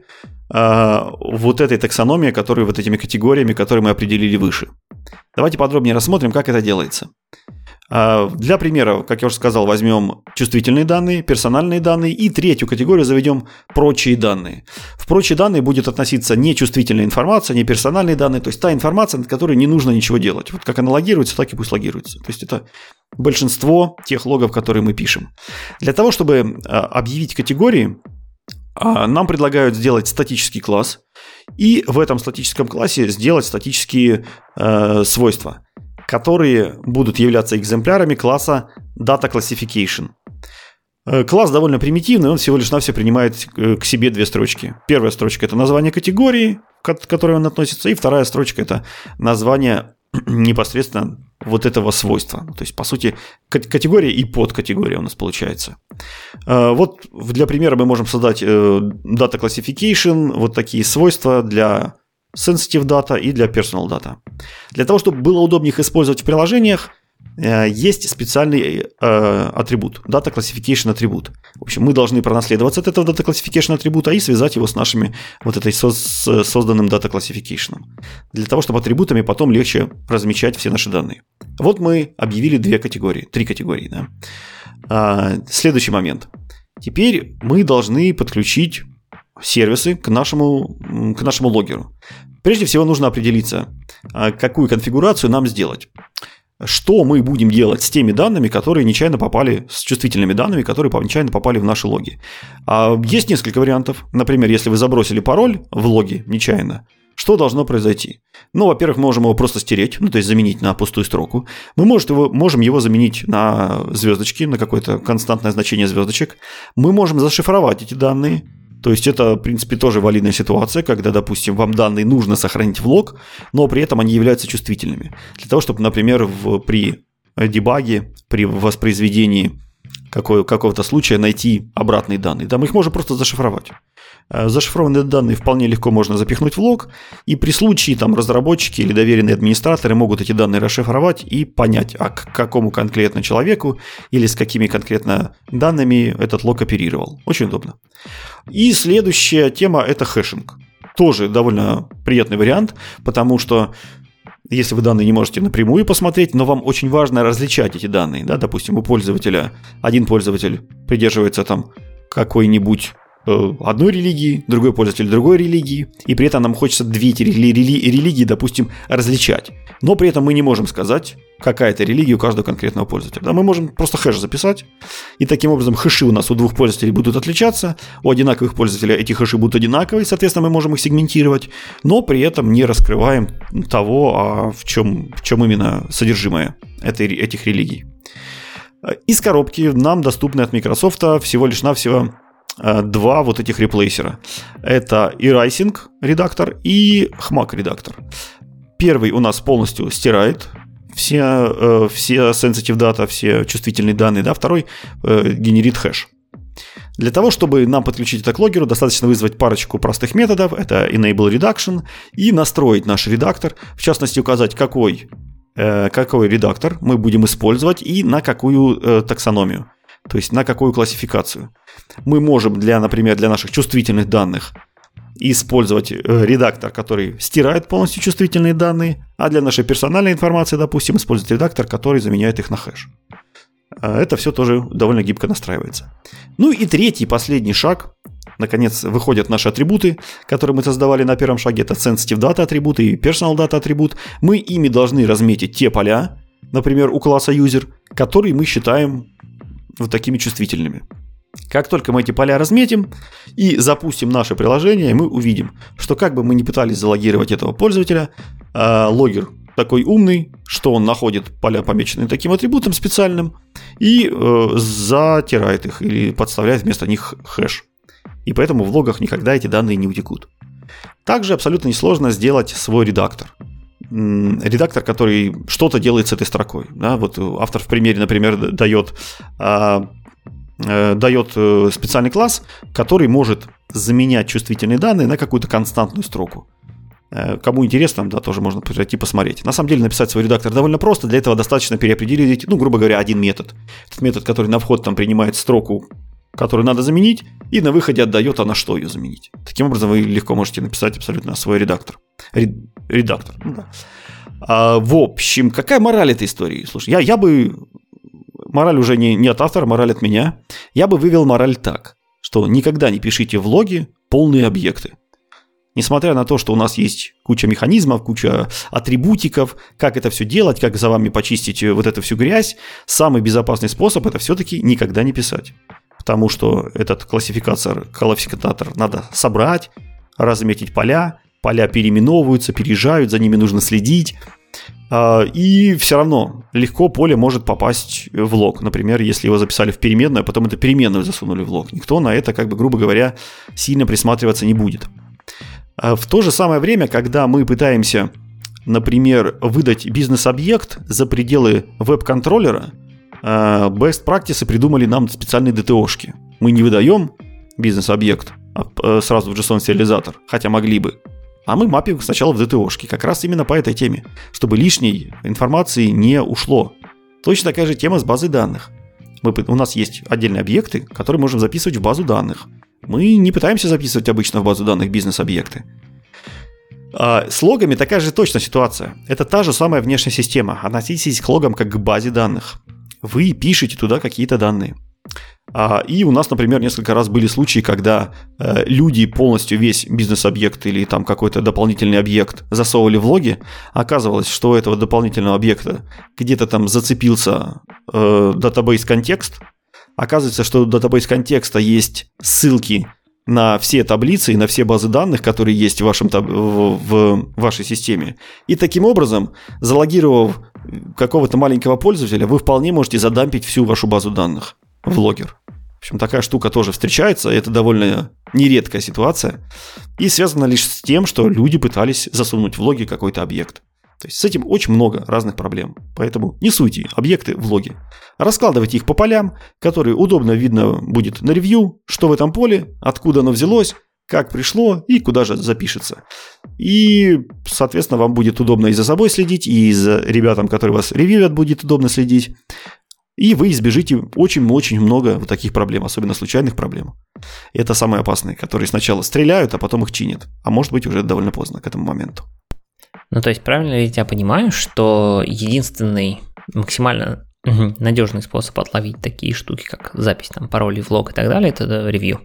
S1: вот этой таксономии, которые вот этими категориями, которые мы определили выше. Давайте подробнее рассмотрим, как это делается. Для примера, как я уже сказал, возьмем чувствительные данные, персональные данные и третью категорию заведем прочие данные. В прочие данные будет относиться не чувствительная информация, не персональные данные, то есть та информация, над которой не нужно ничего делать. Вот как она логируется, так и пусть логируется. То есть это большинство тех логов, которые мы пишем. Для того, чтобы объявить категории, нам предлагают сделать статический класс и в этом статическом классе сделать статические свойства, которые будут являться экземплярами класса Data Classification. Класс довольно примитивный, он всего лишь навсего принимает к себе 2 строчки. Первая строчка – это название категории, к которой он относится, и вторая строчка – это название непосредственно вот этого свойства. То есть, по сути, категория и подкатегория у нас получается. Вот для примера мы можем создать Data Classification, вот такие свойства для sensitive data и для personal data. Для того, чтобы было удобнее их использовать в приложениях, есть специальный атрибут, Data Classification атрибут. В общем, мы должны пронаследоваться от этого Data Classification атрибута и связать его с нашими созданным Data Classification. Для того, чтобы атрибутами потом легче размечать все наши данные. Вот мы объявили 3 категории. Да? Следующий момент. Теперь мы должны подключить сервисы к нашему логеру. Прежде всего нужно определиться, какую конфигурацию нам сделать. Что мы будем делать с теми данными, которые нечаянно попали, с чувствительными данными, которые нечаянно попали в наши логи. Есть несколько вариантов. Например, если вы забросили пароль в логи нечаянно, что должно произойти? Во-первых, мы можем его просто стереть, то есть заменить на пустую строку. Мы можем его заменить на звездочки, на какое-то константное значение звездочек. Мы можем зашифровать эти данные. То есть это, в принципе, тоже валидная ситуация, когда, допустим, вам данные нужно сохранить в лог, но при этом они являются чувствительными. Для того, чтобы, например, при дебаге, при воспроизведении какого-то случая найти обратные данные. Да, мы их можем просто зашифровать. Зашифрованные данные вполне легко можно запихнуть в лог, и при случае разработчики или доверенные администраторы могут эти данные расшифровать и понять, к какому конкретно человеку или с какими конкретно данными этот лог оперировал. Очень удобно. И следующая тема – это хэшинг. Тоже довольно приятный вариант, потому что если вы данные не можете напрямую посмотреть, но вам очень важно различать эти данные. Да? Допустим, у пользователя один пользователь придерживается какой-нибудь одной религии, другой пользователь другой религии, и при этом нам хочется 2 эти религии, допустим, различать. Но при этом мы не можем сказать, какая это религия у каждого конкретного пользователя. Да, мы можем просто хэш записать, и таким образом хэши у нас у 2 пользователей будут отличаться, у одинаковых пользователей эти хэши будут одинаковые, соответственно, мы можем их сегментировать, но при этом не раскрываем того, в чем именно содержимое этих религий. Из коробки нам доступны от Microsoft всего лишь навсего 2 вот этих реплейсера. Это eRising редактор и HMAC редактор. Первый у нас полностью стирает все sensitive data, все чувствительные данные, да, второй генерит хэш. Для того, чтобы нам подключить это к логеру, достаточно вызвать парочку простых методов. Это enable reduction и настроить наш редактор. В частности, указать, какой редактор мы будем использовать и на какую таксономию. То есть на какую классификацию. Мы можем, например, для наших чувствительных данных использовать редактор, который стирает полностью чувствительные данные, а для нашей персональной информации, допустим, использовать редактор, который заменяет их на хэш. Это все тоже довольно гибко настраивается. И третий, последний шаг. Наконец выходят наши атрибуты, которые мы создавали на первом шаге. Это sensitive data атрибут и personal data атрибут. Мы ими должны разметить те поля, например, у класса user, которые мы считаем вот такими чувствительными. Как только мы эти поля разметим и запустим наше приложение, мы увидим, что как бы мы ни пытались залогировать этого пользователя, логер такой умный, что он находит поля, помеченные таким атрибутом специальным, и затирает их или подставляет вместо них хэш. И поэтому в логах никогда эти данные не утекут. Также абсолютно несложно сделать свой редактор. Редактор, который что-то делает с этой строкой. Да? Вот автор в примере, например, дает специальный класс, который может заменять чувствительные данные на какую-то константную строку. Кому интересно, да, тоже можно прийти посмотреть. На самом деле написать свой редактор довольно просто. Для этого достаточно переопределить, грубо говоря, один метод. Этот метод, который на вход принимает строку, которую надо заменить, и на выходе отдает, на что ее заменить. Таким образом, вы легко можете написать абсолютно свой редактор. Редактор. Да. В общем, какая мораль этой истории? Слушай, я бы... Мораль уже не от автора, мораль от меня. Я бы вывел мораль так, что никогда не пишите в логи полные объекты. Несмотря на то, что у нас есть куча механизмов, куча атрибутиков, как это все делать, как за вами почистить вот эту всю грязь, самый безопасный способ – это все-таки никогда не писать. Потому что этот классификатор надо собрать, разметить поля переименовываются, переезжают, за ними нужно следить. И все равно легко поле может попасть в лог. Например, если его записали в переменную, а потом эту переменную засунули в лог. Никто на это, грубо говоря, сильно присматриваться не будет. В то же самое время, когда мы пытаемся, например, выдать бизнес-объект за пределы веб-контроллера, best practices придумали нам специальные DTO-шки. Мы не выдаем бизнес-объект сразу в JSON-сериализатор, хотя могли бы. А мы мапим сначала в DTO-шке, как раз именно по этой теме, чтобы лишней информации не ушло. Точно такая же тема с базой данных. У нас есть отдельные объекты, которые можем записывать в базу данных. Мы не пытаемся записывать обычно в базу данных бизнес-объекты. А с логами такая же точно ситуация. Это та же самая внешняя система. Относитесь к логам как к базе данных. Вы пишете туда какие-то данные. И у нас, например, несколько раз были случаи, когда люди полностью весь бизнес-объект или там какой-то дополнительный объект засовывали в логи. Оказывалось, что у этого дополнительного объекта где-то там зацепился датабейс-контекст. Оказывается, что у датабейс-контекста есть ссылки на все таблицы и на все базы данных, которые есть в вашей системе. И таким образом, залогировав какого-то маленького пользователя, вы вполне можете задампить всю вашу базу данных в логер. В общем, такая штука тоже встречается, и это довольно нередкая ситуация. И связано лишь с тем, что люди пытались засунуть в логи какой-то объект. То есть с этим очень много разных проблем. Поэтому не суйте объекты в логи. Раскладывайте их по полям, которые удобно видно будет на ревью, что в этом поле, откуда оно взялось, как пришло и куда же запишется. И, соответственно, вам будет удобно и за собой следить, и за ребятам, которые вас ревьюят, будет удобно следить. И вы избежите очень-очень много вот таких проблем, особенно случайных проблем. И это самые опасные, которые сначала стреляют, а потом их чинят. А может быть уже довольно поздно к этому моменту.
S2: Ну, то есть, правильно ли я понимаю, что единственный максимально надежный способ отловить такие штуки, как запись там паролей в лог и так далее, это ревью?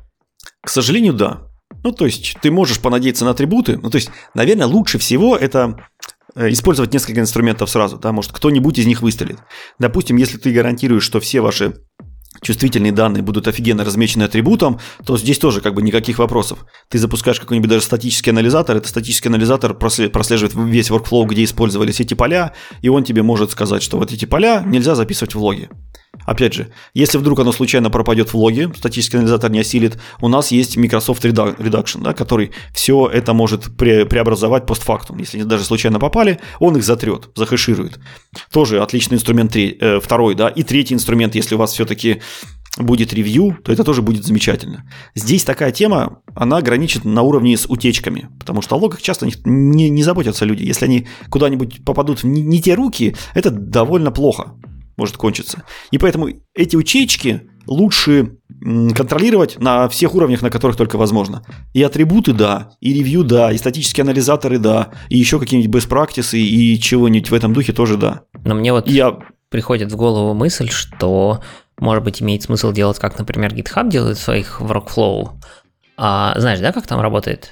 S1: К сожалению, да. Ну, то есть, ты можешь понадеяться на атрибуты. Ну, то есть, наверное, лучше всего это использовать несколько инструментов сразу, да, может, кто-нибудь из них выстрелит. Допустим, если ты гарантируешь, что все ваши чувствительные данные будут офигенно размечены атрибутом, то здесь тоже как бы никаких вопросов. Ты запускаешь какой-нибудь даже статический анализатор, этот статический анализатор прослеживает весь workflow, где использовались эти поля, и он тебе может сказать, что вот эти поля нельзя записывать в логи. Опять же, если вдруг оно случайно пропадет в логе, статический анализатор не осилит, у нас есть Microsoft Reduction, да, который все это может преобразовать постфактум. Если они даже случайно попали, он их затрет, захэширует. Тоже отличный инструмент второй, да, и третий инструмент, если у вас все-таки будет ревью, то это тоже будет замечательно. Здесь такая тема, она граничит на уровне с утечками, потому что о логах часто не заботятся люди. Если они куда-нибудь попадут в не те руки, это довольно плохо может кончиться. И поэтому эти утечки лучше контролировать на всех уровнях, на которых только возможно. И атрибуты, да, и ревью, да, и статические анализаторы, да, и еще какие-нибудь best practices и чего-нибудь в этом духе тоже, да.
S2: Но мне вот приходит в голову мысль, что, может быть, имеет смысл делать, как, например, GitHub делает в своих workflow. Знаешь, да, как там работает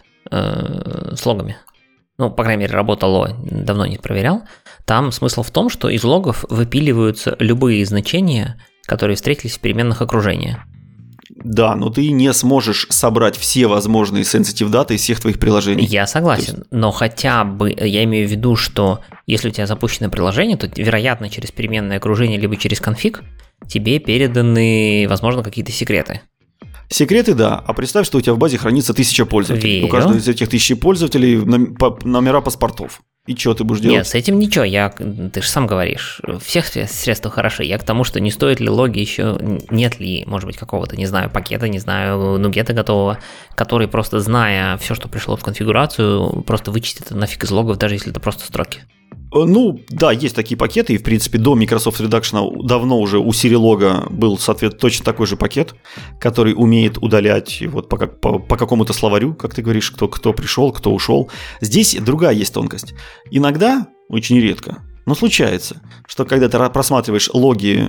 S2: с логами? Ну, по крайней мере, работало, давно не проверял. Там смысл в том, что из логов выпиливаются любые значения, которые встретились в переменных окружения.
S1: Да, но ты не сможешь собрать все возможные sensitive даты из всех твоих приложений.
S2: Я согласен, но хотя бы я имею в виду, что если у тебя запущено приложение, то, вероятно, через переменное окружение либо через конфиг тебе переданы, возможно, какие-то секреты.
S1: Секреты, да. А представь, что у тебя в базе хранится 1000 пользователей.
S2: Верю.
S1: У каждого из этих 1000 пользователей номера паспортов. И что ты будешь делать?
S2: Нет, с этим ничего. Ты же сам говоришь, всех средства хороши. Я к тому, что не стоит ли логи еще, нет ли, может быть, какого-то, не знаю, пакета, не знаю, нугета готового, который просто, зная все, что пришло в конфигурацию, просто вычтет это нафиг из логов, даже если это просто строки.
S1: Ну, да, есть такие пакеты, и, в принципе, до Microsoft Reduction давно уже у Serilog был, соответственно, точно такой же пакет, который умеет удалять вот по какому-то словарю, как ты говоришь, кто пришел, кто ушел. Здесь другая есть тонкость. Иногда, очень редко, но случается, что когда ты просматриваешь логи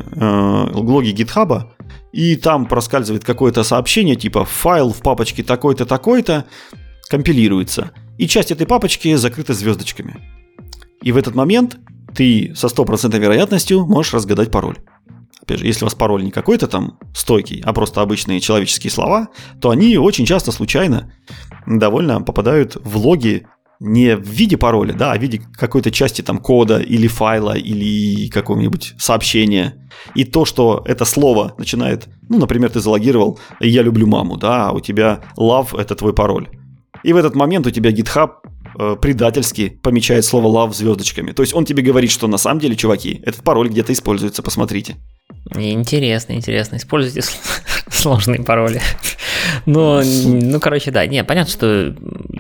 S1: GitHub, и там проскальзывает какое-то сообщение, типа файл в папочке такой-то, такой-то, компилируется, и часть этой папочки закрыта звездочками. И в этот момент ты со 100% вероятностью можешь разгадать пароль. Опять же, если у вас пароль не какой-то там стойкий, а просто обычные человеческие слова, то они очень часто случайно довольно попадают в логи не в виде пароля, да, а в виде какой-то части там кода или файла или какого-нибудь сообщения. И то, что это слово начинает, ну, например, ты залогировал «я люблю маму», да, а у тебя love – это твой пароль. И в этот момент у тебя GitHub предательски помечает слово love звездочками. То есть он тебе говорит, что на самом деле, чуваки, этот пароль где-то используется, посмотрите.
S2: Интересно. Используйте сложные пароли. Ну, короче, да. Не, понятно, что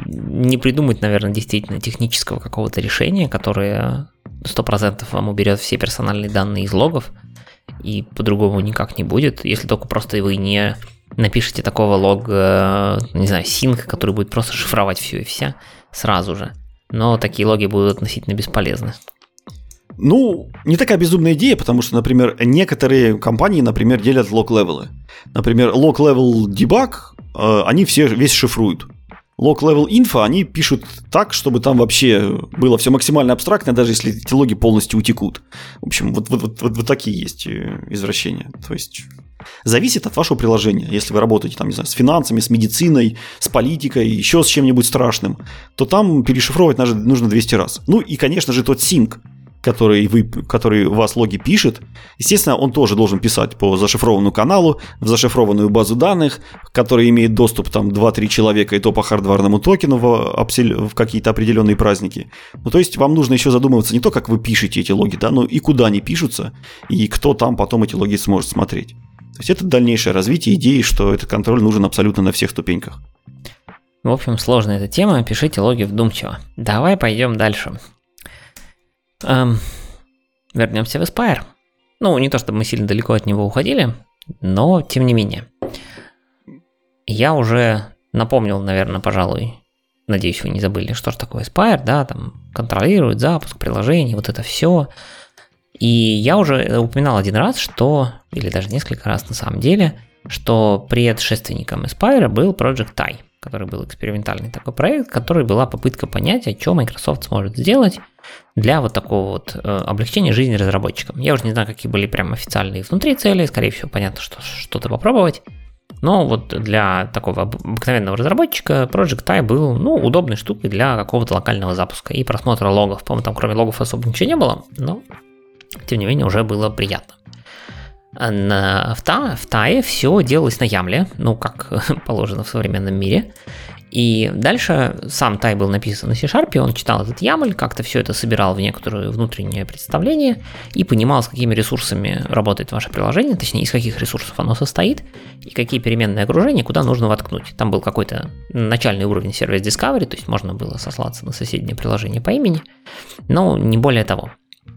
S2: не придумать, наверное, действительно технического какого-то решения, которое 100% вам уберет все персональные данные из логов, и по-другому никак не будет, если только просто вы не напишите такого лога, не знаю, sync, который будет просто шифровать все и вся сразу же. Но такие логи будут относительно бесполезны.
S1: Ну, не такая безумная идея, потому что, например, некоторые компании, например, делят лог-левелы. Например, log-level debug, они весь шифруют. Log-level info они пишут так, чтобы там вообще было все максимально абстрактно, даже если эти логи полностью утекут. В общем, вот такие есть извращения. То есть зависит от вашего приложения. Если вы работаете там, не знаю, с финансами, с медициной, с политикой, еще с чем-нибудь страшным, то там перешифровывать нужно 200 раз. Ну и, конечно же, тот sync, который у вас логи пишет, естественно, он тоже должен писать по зашифрованному каналу, в зашифрованную базу данных, которая имеет доступ там 2-3 человека, и то по хардварному токену в какие-то определенные праздники. Ну, то есть вам нужно еще задумываться не то, как вы пишете эти логи, да, но и куда они пишутся, и кто там потом эти логи сможет смотреть. То есть это дальнейшее развитие идеи, что этот контроль нужен абсолютно на всех ступеньках.
S2: В общем, сложная эта тема, пишите логи вдумчиво. Давай пойдем дальше. Вернемся в Aspire. Ну, не то чтобы мы сильно далеко от него уходили, но тем не менее. Я уже напомнил, наверное, пожалуй, надеюсь, вы не забыли, что же такое Aspire, да, там контролирует запуск приложений, вот это все. И я уже упоминал один раз, что, или даже несколько раз на самом деле, что предшественником Aspire был Project Tai, который был экспериментальный такой проект, который была попытка понять, что Microsoft сможет сделать для вот такого вот облегчения жизни разработчикам. Я уже не знаю, какие были прям официальные внутри цели, скорее всего, понятно, что что-то попробовать. Но вот для такого обыкновенного разработчика Project Tai был, ну, удобной штукой для какого-то локального запуска и просмотра логов. По-моему, там кроме логов особо ничего не было, но тем не менее уже было приятно. В Tai все делалось на Ямле, ну, как положено в современном мире. И дальше сам Tai был написан на C-Sharp, он читал этот YAML, как-то все это собирал в некоторое внутреннее представление и понимал, с какими ресурсами работает ваше приложение, точнее, из каких ресурсов оно состоит, и какие переменные окружения, куда нужно воткнуть. Там был какой-то начальный уровень Service Discovery, то есть можно было сослаться на соседнее приложение по имени, но не более того.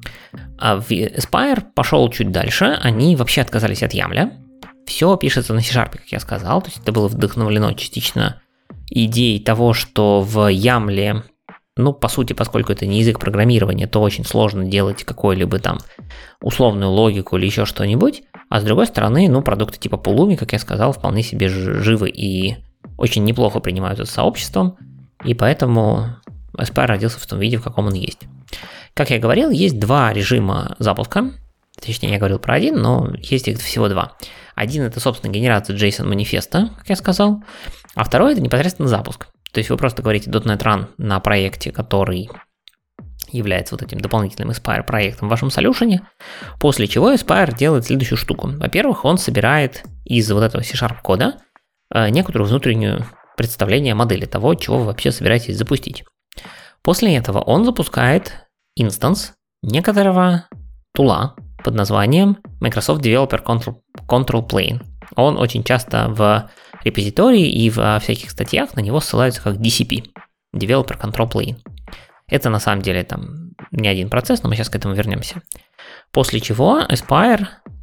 S2: А в Aspire пошел чуть дальше, они вообще отказались от YAML. Все пишется на C-Sharp, как я сказал, то есть это было вдохновлено частично идеей того, что в YAML, ну, по сути, поскольку это не язык программирования, то очень сложно делать какую-либо там условную логику или еще что-нибудь, а с другой стороны, ну, продукты типа Pulumi, как я сказал, вполне себе живы и очень неплохо принимаются сообществом, и поэтому Aspire родился в том виде, в каком он есть. Как я говорил, есть два режима запуска, точнее, я говорил про один, но есть их всего два. Один – это, собственно, генерация JSON-манифеста, как я сказал, а второй – это непосредственно запуск. То есть вы просто говорите .NET Run на проекте, который является вот этим дополнительным Aspire проектом в вашем солюшене, после чего Aspire делает следующую штуку. Во-первых, он собирает из вот этого C# кода некоторую внутреннюю представление модели того, чего вы вообще собираетесь запустить. После этого он запускает инстанс некоторого тула под названием Microsoft Developer Control Plane. Он очень часто в репозитории и в всяких статьях на него ссылаются как DCP, Developer Control Plane. Это на самом деле там не один процесс, но мы сейчас к этому вернемся. После чего Aspire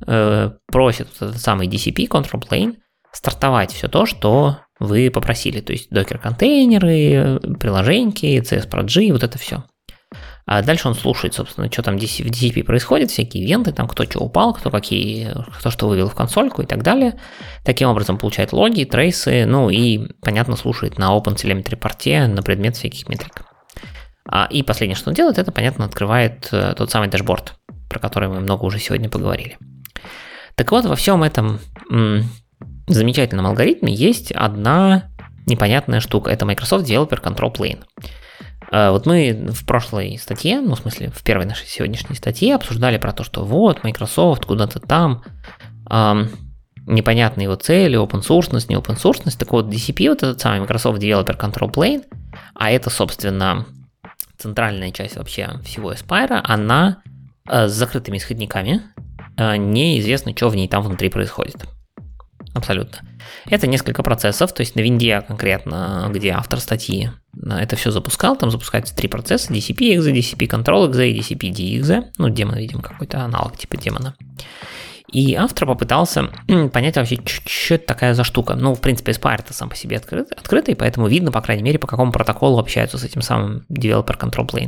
S2: просит этот самый DCP Control Plane стартовать все то, что вы попросили, то есть докер-контейнеры, приложеньки, CS-проджи, вот это все. А дальше он слушает, собственно, что там в DCP происходит, всякие ивенты, там кто что упал, кто что вывел в консольку и так далее. Таким образом получает логи, трейсы, ну и, понятно, слушает на OpenTelemetry порте на предмет всяких метрик. И последнее, что он делает, это, понятно, открывает тот самый дашборд, про который мы много уже сегодня поговорили. Так вот, во всем этом замечательном алгоритме есть одна непонятная штука. Это Microsoft Developer Control Plane. Вот мы в прошлой статье, ну, в смысле, в первой нашей сегодняшней статье обсуждали про то, что вот, Microsoft куда-то там, непонятные его цели, open-source, не open-source. Так вот, DCP, вот этот самый Microsoft Developer Control Plane, а это, собственно, центральная часть вообще всего Aspire, она с закрытыми исходниками, неизвестно, что в ней там внутри происходит. абсолютно. Это несколько процессов, то есть на винде конкретно, где автор статьи это все запускал, там запускаются 3 процесса: DCP-exe, DCP-control-exe и DCP-Deexe, ну, демон, видимо, какой-то аналог типа демона. И автор попытался понять вообще, что это такая за штука. Ну, в принципе, Aspire-то сам по себе открытый, поэтому видно, по крайней мере, по какому протоколу общаются с этим самым Developer Control Plane.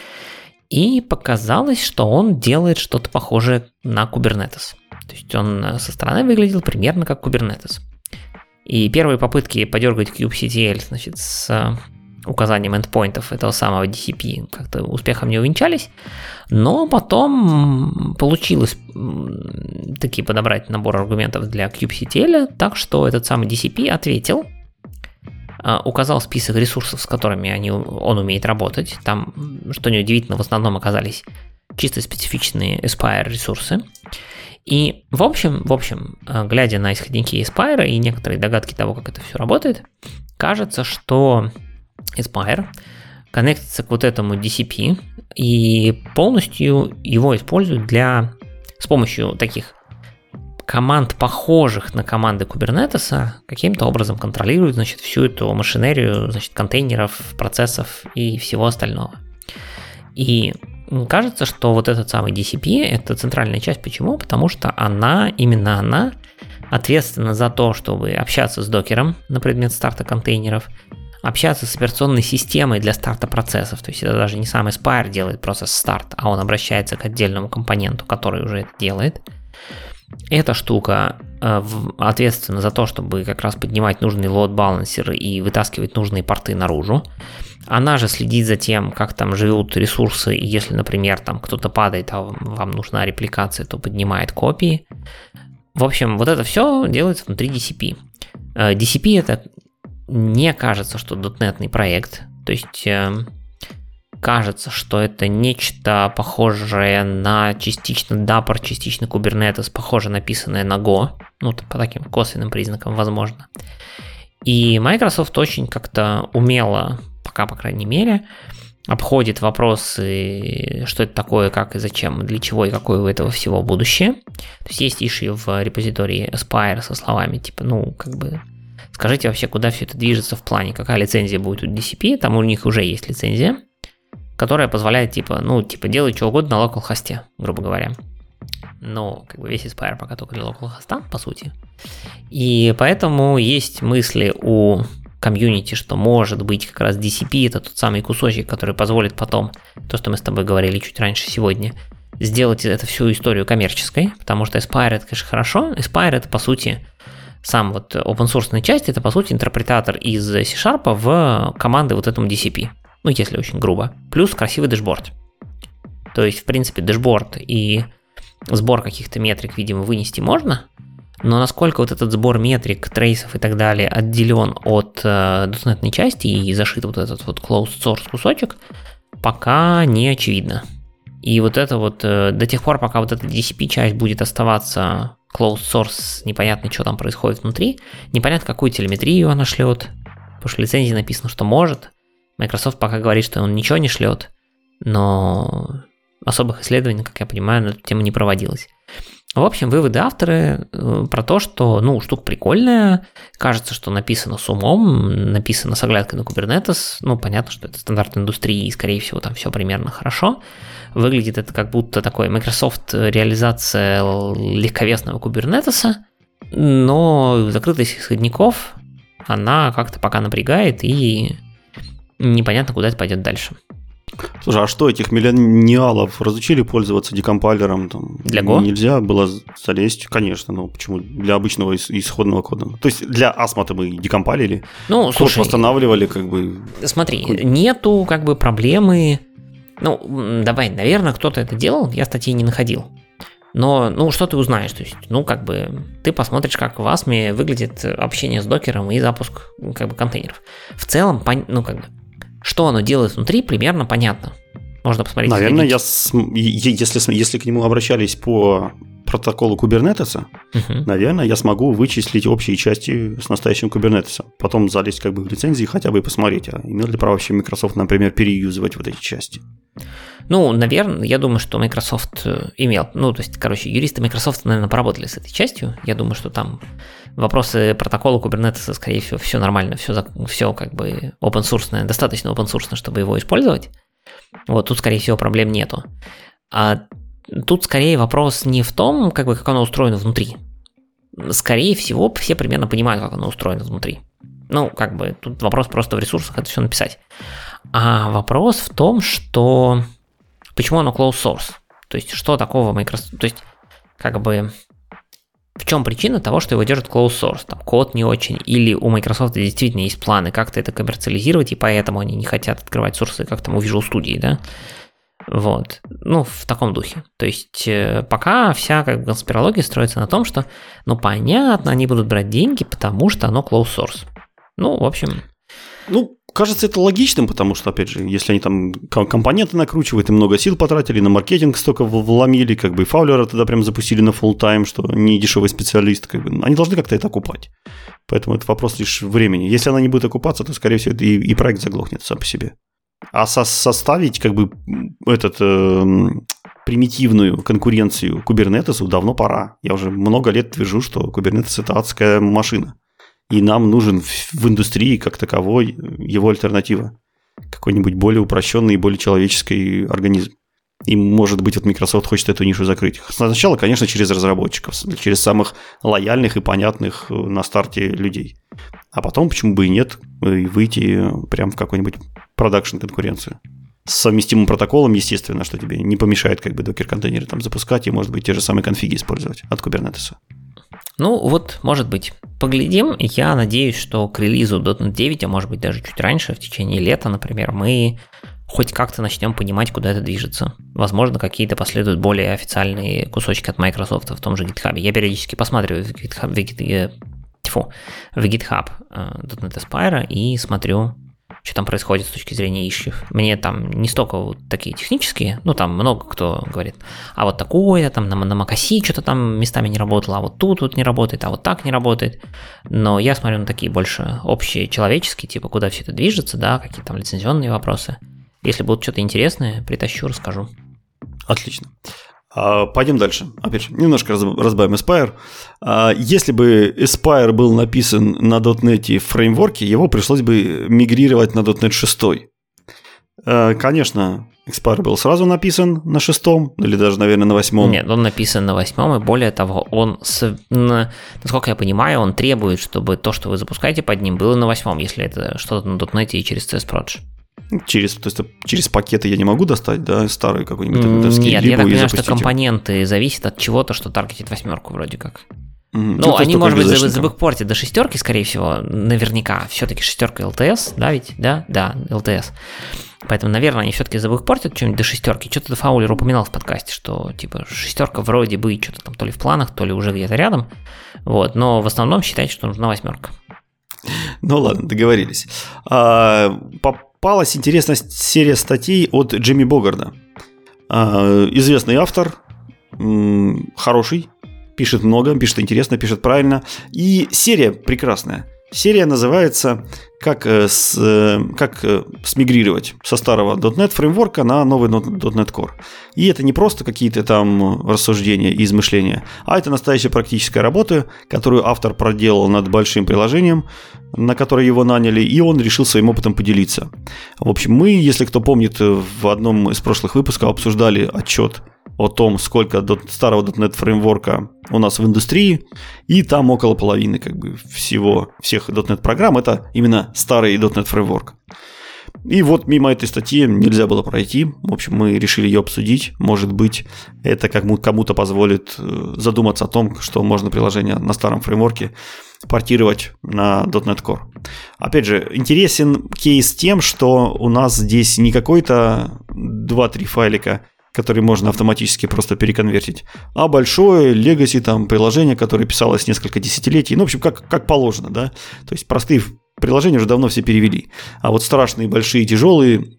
S2: И показалось, что он делает что-то похожее на Kubernetes. То есть он со стороны выглядел примерно как Kubernetes. И первые попытки подергать kubectl, значит, с указанием эндпоинтов этого самого DCP как-то успехом не увенчались, но потом получилось таки подобрать набор аргументов для kubectl, так что этот самый DCP ответил, указал список ресурсов, с которыми он умеет работать. Там, что неудивительно, в основном оказались чисто специфичные Aspire ресурсы. И в общем, глядя на исходники Aspire и некоторые догадки того, как это все работает, кажется, что Aspire коннектится к вот этому DCP и полностью его используют с помощью таких команд, похожих на команды Kubernetes, каким-то образом контролируют, значит, всю эту машинерию, значит, контейнеров, процессов и всего остального. И кажется, что вот этот самый DCP – это центральная часть. Почему? Потому что именно она ответственна за то, чтобы общаться с докером на предмет старта контейнеров, общаться с операционной системой для старта процессов. То есть это даже не сам Aspire делает процесс старт, а он обращается к отдельному компоненту, который уже это делает. Эта штука ответственна за то, чтобы как раз поднимать нужный load-балансер и вытаскивать нужные порты наружу. Она же следит за тем, как там живут ресурсы, и если, например, там кто-то падает, а вам нужна репликация, то поднимает копии. В общем, вот это все делается внутри DCP. DCP это не кажется, что .NET-ный проект, то есть кажется, что это нечто похожее на частично Dapr, частично Kubernetes, похоже написанное на Go, ну, по таким косвенным признакам, возможно. И Microsoft очень как-то умело, пока, по крайней мере, обходит вопросы, что это такое, как и зачем, для чего и какое у этого всего будущее. То есть есть issue в репозитории Aspire со словами типа, скажите вообще, куда все это движется в плане, какая лицензия будет у DCP, там у них уже есть лицензия, которая позволяет, делать что угодно на локал-хосте, грубо говоря. Но, весь Aspire пока только для локал-хоста, по сути. И поэтому есть мысли у комьюнити, что может быть как раз DCP это тот самый кусочек, который позволит потом, то, что мы с тобой говорили чуть раньше сегодня, сделать эту всю историю коммерческой, потому что Aspire это, конечно, хорошо. Aspire это, по сути, сам вот open-source часть, это, по сути, интерпретатор из C# в команды вот этому DCP. Ну, если очень грубо. Плюс красивый дэшборд. То есть, в принципе, дэшборд и сбор каких-то метрик, видимо, вынести можно, но насколько вот этот сбор метрик, трейсов и так далее отделен от .NET части и зашит вот этот вот closed source кусочек, пока не очевидно. И вот это вот до тех пор, пока вот эта DCP-часть будет оставаться closed source, непонятно, что там происходит внутри, непонятно, какую телеметрию она шлет, потому что в лицензии написано, что может. Microsoft пока говорит, что он ничего не шлет, но особых исследований, как я понимаю, на эту тему не проводилось. В общем, выводы авторы про то, что, штука прикольная, кажется, что написано с умом, написано с оглядкой на Kubernetes, понятно, что это стандарт индустрии, и, скорее всего, там все примерно хорошо. Выглядит это как будто такой Microsoft реализация легковесного Kubernetes, но закрытость исходников, она как-то пока напрягает, и непонятно, куда это пойдет дальше.
S1: Слушай, а что, этих миллениалов разучили пользоваться декомпайлером?
S2: Для Go?
S1: Нельзя было залезть, конечно, почему? Для обычного исходного кода. То есть для ASMA-то мы декомпайлили, код восстанавливали,
S2: Смотри, нету проблемы. Давай, наверное, кто-то это делал, я статьи не находил. Но, что ты узнаешь? То есть, ты посмотришь, как в ASMA выглядит общение с докером и запуск, контейнеров. В целом, что оно делает внутри, примерно понятно. Можно посмотреть.
S1: Наверное, если к нему обращались по протоколу Kubernetes, наверное, я смогу вычислить общие части с настоящим Kubernetes. Потом залезть как бы в лицензии хотя бы и посмотреть, а имел ли право вообще Microsoft, например, переюзывать вот эти части.
S2: Ну, наверное, я думаю, что Microsoft имел. Ну, то есть, юристы Microsoft, наверное, поработали с этой частью. Я думаю, что там вопросы протокола Kubernetes, скорее всего, все нормально, все как бы open source, достаточно open source, чтобы его использовать. Вот, тут, скорее всего, проблем нету. А тут, скорее, вопрос не в том, как оно устроено внутри. Скорее всего, все примерно понимают, как оно устроено внутри. Ну, тут вопрос просто в ресурсах это все написать. А вопрос в том, что почему оно closed source? То есть, что такого Microsoft... То есть, в чем причина того, что его держат closed source? Там код не очень, или у Microsoft действительно есть планы как-то это коммерциализировать, и поэтому они не хотят открывать сорсы, как там у Visual Studio, да? Вот. Ну, в таком духе. То есть, пока вся конспирология строится на том, что, понятно, они будут брать деньги, потому что оно closed source. Ну, в общем...
S1: Ну, кажется это логичным, потому что, опять же, если они там компоненты накручивают и много сил потратили, на маркетинг столько вломили, и Фаулера тогда прям запустили на full time, что не дешевый специалист, они должны как-то это окупать. Поэтому это вопрос лишь времени. Если она не будет окупаться, то, скорее всего, и проект заглохнет сам по себе. А составить примитивную конкуренцию Kubernetes давно пора. Я уже много лет твержу, что Kubernetes – это адская машина. И нам нужен в индустрии как таковой его альтернатива. Какой-нибудь более упрощенный и более человеческий организм. И, может быть, Microsoft хочет эту нишу закрыть. Сначала, конечно, через разработчиков, через самых лояльных и понятных на старте людей. А потом, почему бы и нет, выйти прямо в какую-нибудь продакшн-конкуренцию. С совместимым протоколом, естественно, что тебе не помешает докер-контейнеры там запускать и, может быть, те же самые конфиги использовать от Kubernetes.
S2: Ну, вот, может быть. Поглядим. Я надеюсь, что к релизу .NET 9, а может быть даже чуть раньше, в течение лета, например, мы хоть как-то начнем понимать, куда это движется. Возможно, какие-то последуют более официальные кусочки от Microsoft в том же GitHub. Я периодически посматриваю в GitHub .NET Aspire и смотрю, что там происходит с точки зрения issue. Мне там не столько вот такие технические, там много кто говорит, а вот такое, там на macOS что-то там местами не работало, а вот тут вот не работает, а вот так не работает. Но я смотрю на такие больше общие человеческие, типа куда все это движется, да, какие там лицензионные вопросы. Если будут что-то интересное, притащу, расскажу.
S1: Отлично. Пойдем дальше. Опять же, немножко разбавим Aspire. Если бы Aspire был написан на .NET в фреймворке, его пришлось бы мигрировать на .NET 6. Конечно, Aspire был сразу написан на 6, или даже, наверное, на 8.
S2: Нет, он написан на 8, и более того, насколько я понимаю, он требует, чтобы то, что вы запускаете под ним, было на 8, если это что-то на .NET и через CSProj.
S1: Через пакеты я не могу достать, да, старый какой-нибудь
S2: Нет, я так понимаю, что компоненты зависят от чего-то, что таргетит 8 вроде как. Ну, они, может быть, забэкпортят до 6, скорее всего, наверняка. Все-таки 6 LTS, да, ведь? Да, LTS. Поэтому, наверное, они все-таки забэкпортят что-нибудь до 6. Что-то Фаулер упоминал в подкасте, что, 6 вроде бы что-то там то ли в планах, то ли уже где-то рядом. Вот, но в основном считайте, что нужна 8.
S1: Ну, ладно, договорились. Попалась интересная серия статей от Джимми Богарда. Известный автор, хороший, пишет много, пишет интересно, пишет правильно. И серия прекрасная. Серия называется «Как смигрировать со старого .NET фреймворка на новый .NET Core». И это не просто какие-то там рассуждения и измышления, а это настоящая практическая работа, которую автор проделал над большим приложением, на которое его наняли, и он решил своим опытом поделиться. В общем, мы, если кто помнит, в одном из прошлых выпусков обсуждали отчет о том, сколько старого .NET фреймворка у нас в индустрии, и там около половины всех .NET программ это именно старый .NET фреймворк. И вот мимо этой статьи нельзя было пройти. В общем, мы решили ее обсудить. Может быть, это кому-то позволит задуматься о том, что можно приложение на старом фреймворке портировать на .NET Core. Опять же, интересен кейс тем, что у нас здесь не какой-то 2-3 файлика, которые можно автоматически просто переконвертить, а большое legacy там приложение, которое писалось несколько десятилетий. Ну, в общем, как положено, да. То есть простые приложения уже давно все перевели. А вот страшные, большие, тяжелые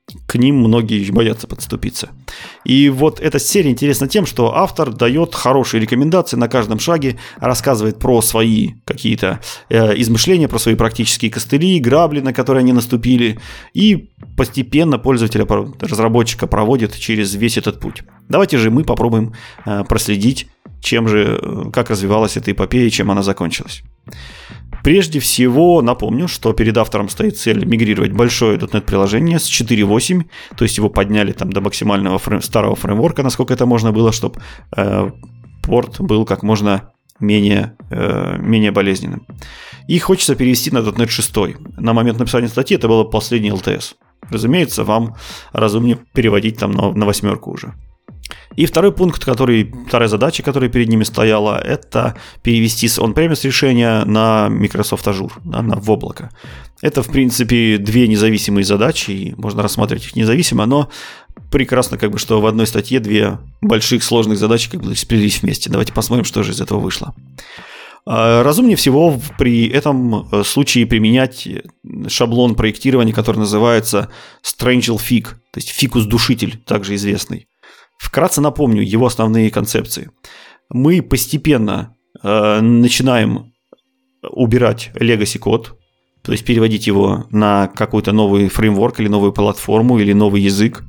S1: к ним многие боятся подступиться. И вот эта серия интересна тем, что автор дает хорошие рекомендации на каждом шаге, рассказывает про свои какие-то измышления, про свои практические костыли, грабли, на которые они наступили, и постепенно пользователя, разработчика проводит через весь этот путь. Давайте же мы попробуем проследить, как развивалась эта эпопея и чем она закончилась. Прежде всего напомню, что перед автором стоит цель мигрировать большое .NET-приложение с 4.8, то есть его подняли там до максимального старого фреймворка, насколько это можно было, чтобы порт был как можно менее болезненным. И хочется перевести на .NET 6. На момент написания статьи это было последний LTS. Разумеется, вам разумнее переводить там на 8 уже. И вторая задача, которая перед ними стояла, это перевести с on-premise решения на Microsoft Azure, в облако. Это, в принципе, две независимые задачи, и можно рассматривать их независимо, но прекрасно, что в одной статье две больших сложных задачи сплелись вместе. Давайте посмотрим, что же из этого вышло. Разумнее всего при этом случае применять шаблон проектирования, который называется Strangle-Fig, то есть фикус-душитель, также известный. Вкратце напомню его основные концепции. Мы постепенно начинаем убирать legacy код, то есть переводить его на какой-то новый фреймворк или новую платформу или новый язык.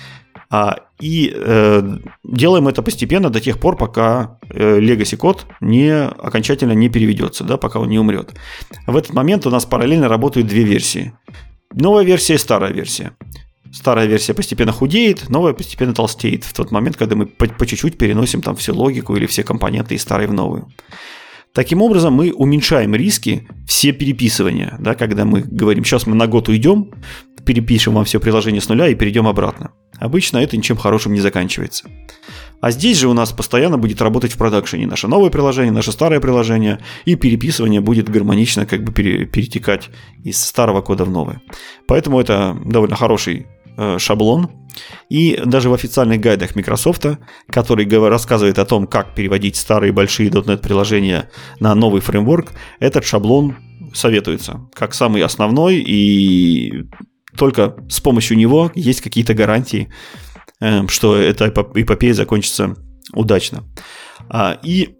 S1: И делаем это постепенно до тех пор, пока legacy код окончательно не переведется, пока он не умрет. В этот момент у нас параллельно работают две версии. Новая версия и старая версия. Старая версия постепенно худеет, новая постепенно толстеет в тот момент, когда мы по чуть-чуть переносим там всю логику или все компоненты из старой в новую. Таким образом, мы уменьшаем риски все переписывания. Когда мы говорим, сейчас мы на год уйдем, перепишем вам все приложение с нуля и перейдем обратно. Обычно это ничем хорошим не заканчивается. А здесь же у нас постоянно будет работать в продакшене наше новое приложение, наше старое приложение, и переписывание будет гармонично перетекать из старого кода в новое. Поэтому это довольно хороший шаблон. И даже в официальных гайдах Microsoft, который рассказывает о том, как переводить старые большие .NET приложения на новый фреймворк, этот шаблон советуется как самый основной, и только с помощью него есть какие-то гарантии, что эта эпопея закончится удачно. И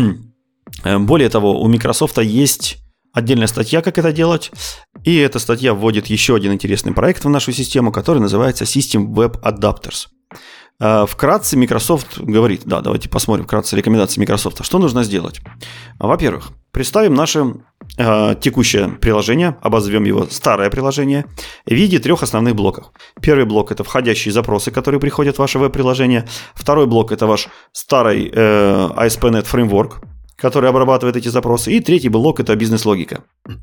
S1: более того, у Microsoft есть отдельная статья, как это делать, и эта статья вводит еще один интересный проект в нашу систему, который называется System Web Adapters. Вкратце Microsoft говорит, давайте посмотрим вкратце рекомендации Microsoft. Что нужно сделать? Во-первых, представим наше текущее приложение, обозовем его старое приложение, в виде трех основных блоков. Первый блок – это входящие запросы, которые приходят в ваше веб-приложение. Второй блок – это ваш старый ASP.NET фреймворк, который обрабатывает эти запросы. И третий блок – это бизнес-логика.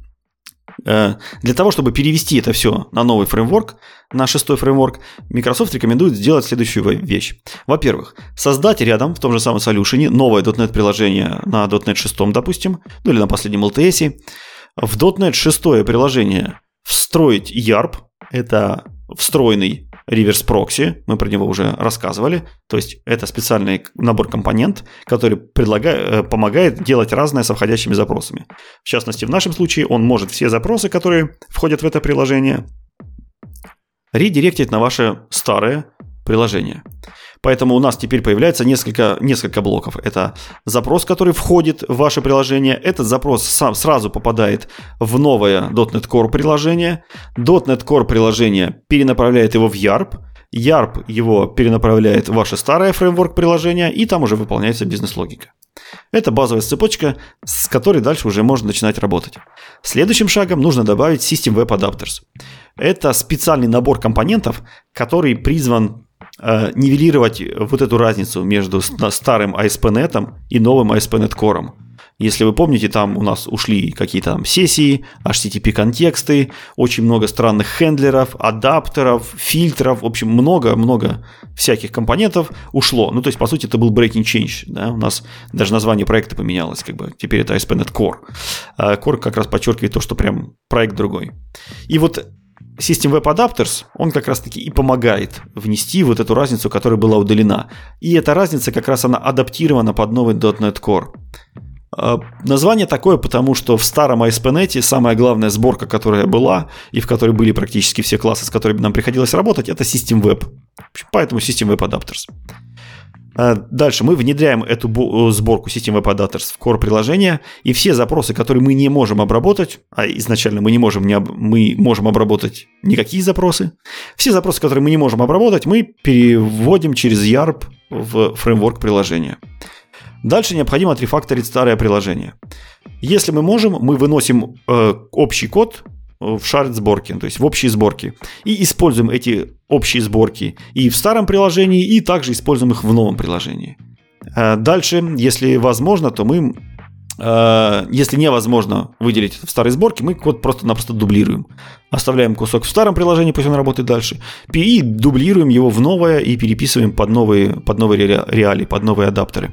S1: Для того, чтобы перевести это все на новый фреймворк, на 6-й фреймворк, Microsoft рекомендует сделать следующую вещь. Во-первых, создать рядом в том же самом солюшене новое .NET приложение на .NET 6, допустим, или на последнем LTS. В .NET 6 приложение встроить YARP, это встроенный реверс-прокси, мы про него уже рассказывали, то есть это специальный набор компонент, который помогает делать разное со входящими запросами. В частности, в нашем случае он может все запросы, которые входят в это приложение, редиректить на ваше старое приложение. Поэтому у нас теперь появляется несколько блоков. Это запрос, который входит в ваше приложение. Этот запрос сразу попадает в новое .NET Core приложение. .NET Core приложение перенаправляет его в YARP. YARP его перенаправляет в ваше старое фреймворк приложение, и там уже выполняется бизнес-логика. Это базовая цепочка, с которой дальше уже можно начинать работать. Следующим шагом нужно добавить System Web Adapters. Это специальный набор компонентов, который призван нивелировать вот эту разницу между старым ASP.NET и новым ASP.NET Core. Если вы помните, там у нас ушли какие-то там сессии, HTTP-контексты, очень много странных хендлеров, адаптеров, фильтров, в общем, много всяких компонентов ушло. То есть, по сути, это был breaking change. Да? У нас даже название проекта поменялось, теперь это ASP.NET Core. Core как раз подчеркивает то, что прям проект другой. И вот System Web Adapters, он как раз-таки и помогает внести вот эту разницу, которая была удалена. И эта разница как раз она адаптирована под новый .NET Core. Название такое, потому что в старом ASP.NET самая главная сборка, которая была, и в которой были практически все классы, с которыми нам приходилось работать, это System Web. Поэтому System Web Adapters. Дальше мы внедряем эту сборку System Web Adapters в core приложения, и все запросы, которые мы не можем обработать, а изначально мы можем обработать никакие запросы, все запросы, которые мы не можем обработать, мы переводим через YARP в фреймворк приложения. Дальше необходимо отрефакторить старое приложение. Если мы можем, мы выносим общий код в shared сборки, то есть в общие сборки, и используем эти общие сборки и в старом приложении, и также используем их в новом приложении. Дальше, если возможно, то мы, если невозможно выделить это в старой сборке, мы код просто-напросто дублируем. Оставляем кусок в старом приложении, пусть он работает дальше, и дублируем его в новое и переписываем под новые реалии, под новые адаптеры.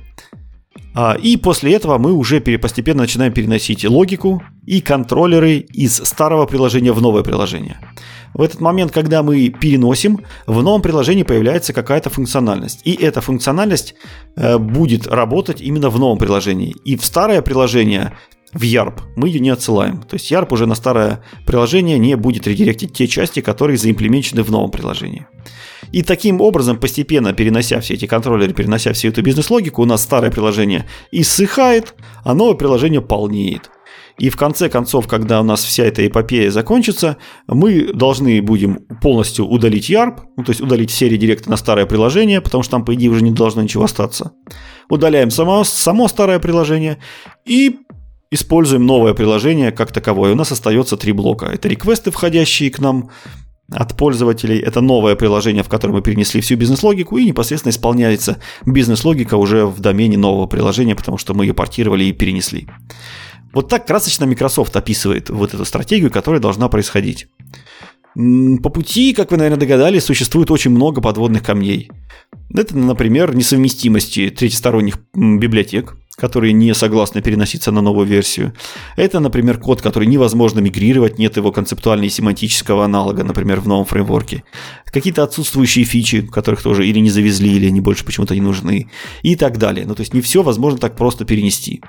S1: И после этого мы уже постепенно начинаем переносить логику и контроллеры из старого приложения в новое приложение. В этот момент, когда мы переносим, в новом приложении появляется какая-то функциональность. И эта функциональность будет работать именно в новом приложении. И в старое приложение, в YARP, мы ее не отсылаем. То есть YARP уже на старое приложение не будет редиректить те части, которые заимплементированы в новом приложении. И таким образом, постепенно перенося все эти контроллеры, перенося всю эту бизнес-логику, у нас старое приложение иссыхает, а новое приложение полнеет. И в конце концов, когда у нас вся эта эпопея закончится, мы должны будем полностью удалить YARP, то есть удалить все редиректы на старое приложение, потому что там, по идее, уже не должно ничего остаться. Удаляем само старое приложение и используем новое приложение как таковое. У нас остается 3 блока. Это реквесты, входящие к нам от пользователей. Это новое приложение, в которое мы перенесли всю бизнес-логику, и непосредственно исполняется бизнес-логика уже в домене нового приложения, потому что мы ее портировали и перенесли. Вот так красочно Microsoft описывает вот эту стратегию, которая должна происходить. По пути, как вы, наверное, догадались, существует очень много подводных камней. Это, например, несовместимости третьесторонних библиотек, которые не согласны переноситься на новую версию. Это, например, код, который невозможно мигрировать, нет его концептуального и семантического аналога, например, в новом фреймворке. Какие-то отсутствующие фичи, которых тоже или не завезли, или они больше почему-то не нужны, и так далее. То есть не все возможно так просто перенести.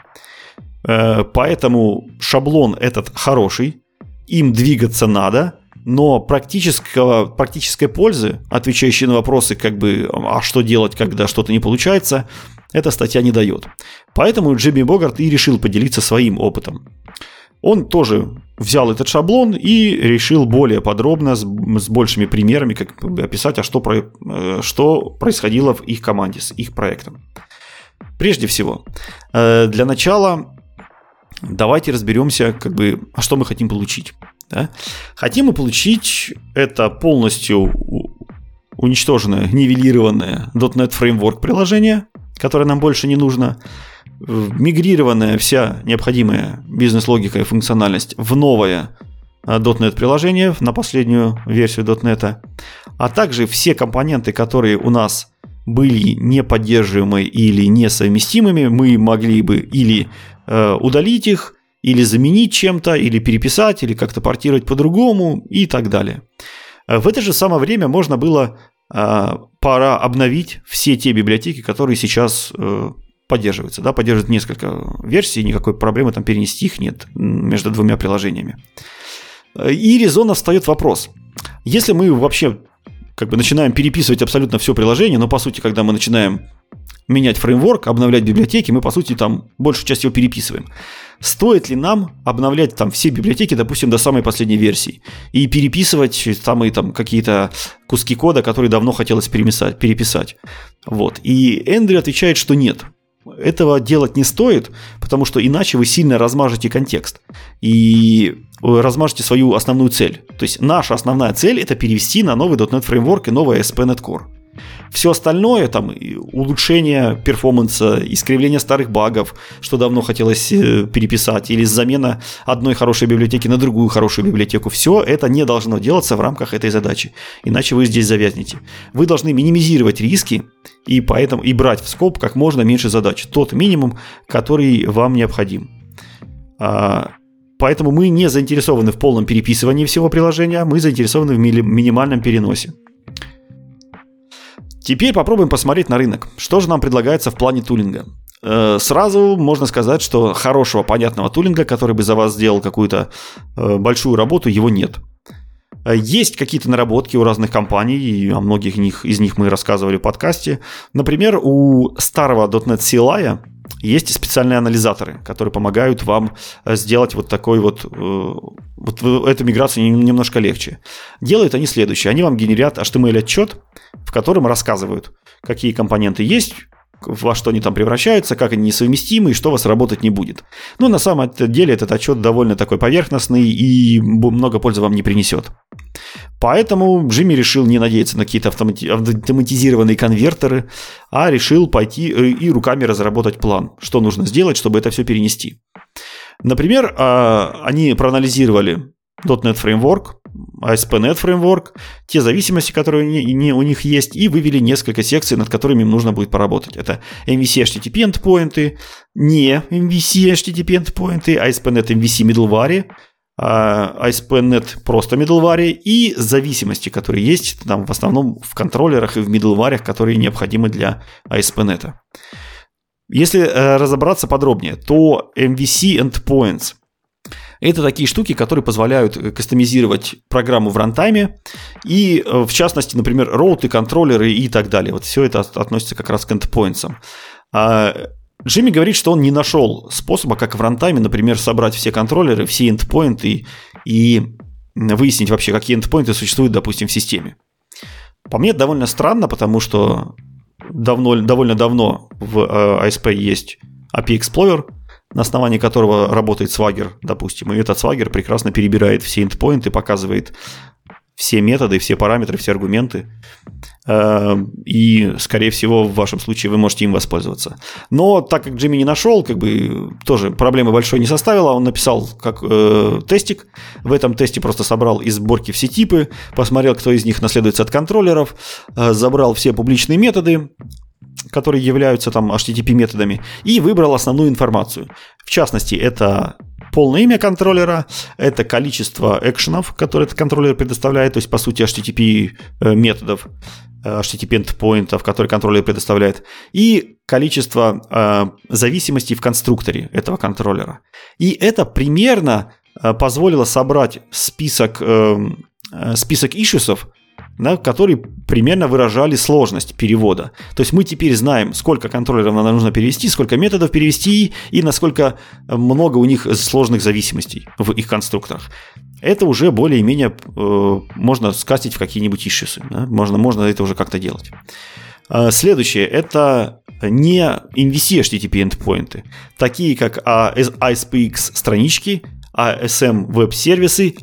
S1: Поэтому шаблон этот хороший, им двигаться надо, но практической пользы, отвечающей на вопросы, а что делать, когда что-то не получается, эта статья не дает. Поэтому Джейми Богарт и решил поделиться своим опытом. Он тоже взял этот шаблон и решил более подробно, с большими примерами, описать, что происходило в их команде, с их проектом. Прежде всего, для начала давайте разберемся, что мы хотим получить. Да? Хотим мы получить это полностью уничтоженное, нивелированное .NET Framework приложение, которое нам больше не нужно, мигрированная вся необходимая бизнес-логика и функциональность в новое .NET приложение, на последнюю версию .NET, а также все компоненты, которые у нас были неподдерживаемы или несовместимыми, мы могли бы или удалить их, или заменить чем-то, или переписать, или как-то портировать по-другому и так далее. В это же самое время можно было пора обновить все те библиотеки, которые сейчас поддерживаются. Да, поддерживают несколько версий, никакой проблемы там перенести их нет между двумя приложениями. И резонно встает вопрос. Если мы вообще начинаем переписывать абсолютно все приложение, но по сути, когда мы начинаем менять фреймворк, обновлять библиотеки, мы по сути там большую часть его переписываем. Стоит ли нам обновлять там все библиотеки, допустим, до самой последней версии и переписывать самые там какие-то куски кода, которые давно хотелось переписать? Вот. И Эндрю отвечает, что нет. Этого делать не стоит, потому что иначе вы сильно размажете контекст и размажете свою основную цель. То есть наша основная цель – это перевести на новый .NET Framework и новый ASP.NET Core. Все остальное, там, улучшение перформанса, искривление старых багов, что давно хотелось переписать, или замена одной хорошей библиотеки на другую хорошую библиотеку, все это не должно делаться в рамках этой задачи, иначе вы здесь завязнете. Вы должны минимизировать риски и брать в скоп как можно меньше задач, тот минимум, который вам необходим. Поэтому мы не заинтересованы в полном переписывании всего приложения, мы заинтересованы в минимальном переносе. Теперь попробуем посмотреть на рынок. Что же нам предлагается в плане тулинга? сразу можно сказать, что хорошего, понятного тулинга, который бы за вас сделал какую-то большую работу, его нет. Есть какие-то наработки у разных компаний, и о многих из них мы рассказывали в подкасте. Например, у старого .NET CLI есть специальные анализаторы, которые помогают вам сделать вот такой вот эту миграцию немножко легче. Делают они следующее. Они вам генерят HTML-отчет, в котором рассказывают, какие компоненты есть, во что они там превращаются, как они несовместимы и что у вас работать не будет. Но на самом деле этот отчет довольно такой поверхностный и много пользы вам не принесет. Поэтому Джимми решил не надеяться на какие-то автоматизированные конвертеры, а решил пойти и руками разработать план, что нужно сделать, чтобы это все перенести. Например, они проанализировали .NET Framework, ASP.NET Framework, те зависимости, которые у них есть, и вывели несколько секций, над которыми им нужно будет поработать. Это MVC HTTP endpoints, не MVC HTTP endpoints, ASP.NET MVC middleware, ASP.NET просто middleware и зависимости, которые есть там в основном в контроллерах и в middleware, которые необходимы для ASP.NET. Если разобраться подробнее, то MVC endpoints это такие штуки, которые позволяют кастомизировать программу в рантайме и, в частности, например, роуты, контроллеры и так далее. Вот все это относится как раз к endpoints. Джимми говорит, что он не нашел способа, как в рантайме, например, собрать все контроллеры, все эндпоинты и выяснить вообще, какие эндпоинты существуют, допустим, в системе. По мне это довольно странно, потому что довольно давно в ASP есть API Explorer, на основании которого работает Swagger, допустим, и этот Swagger прекрасно перебирает все эндпоинты, показывает все методы, все параметры, все аргументы, и, скорее всего, в вашем случае вы можете им воспользоваться. Но так как Джимми не нашел, тоже проблемы большой не составило, он написал как тестик, в этом тесте просто собрал из сборки все типы, посмотрел, кто из них наследуется от контроллеров, забрал все публичные методы, которые являются там HTTP-методами, и выбрал основную информацию. В частности, это полное имя контроллера, это количество экшенов, которые этот контроллер предоставляет, то есть, по сути, HTTP-методов, HTTP-эндпоинтов, которые контроллер предоставляет, и количество зависимостей в конструкторе этого контроллера. И это примерно позволило собрать список ишьюсов, которые примерно выражали сложность перевода. То есть мы теперь знаем, сколько контроллеров нам нужно перевести, сколько методов перевести и насколько много у них сложных зависимостей в их конструкторах. Это уже более-менее можно скастить в какие-нибудь ишьюсы. Да? Можно это уже как-то делать. Следующее – это не MVC HTTP endpoints, такие как ASPX странички, ASM веб-сервисы,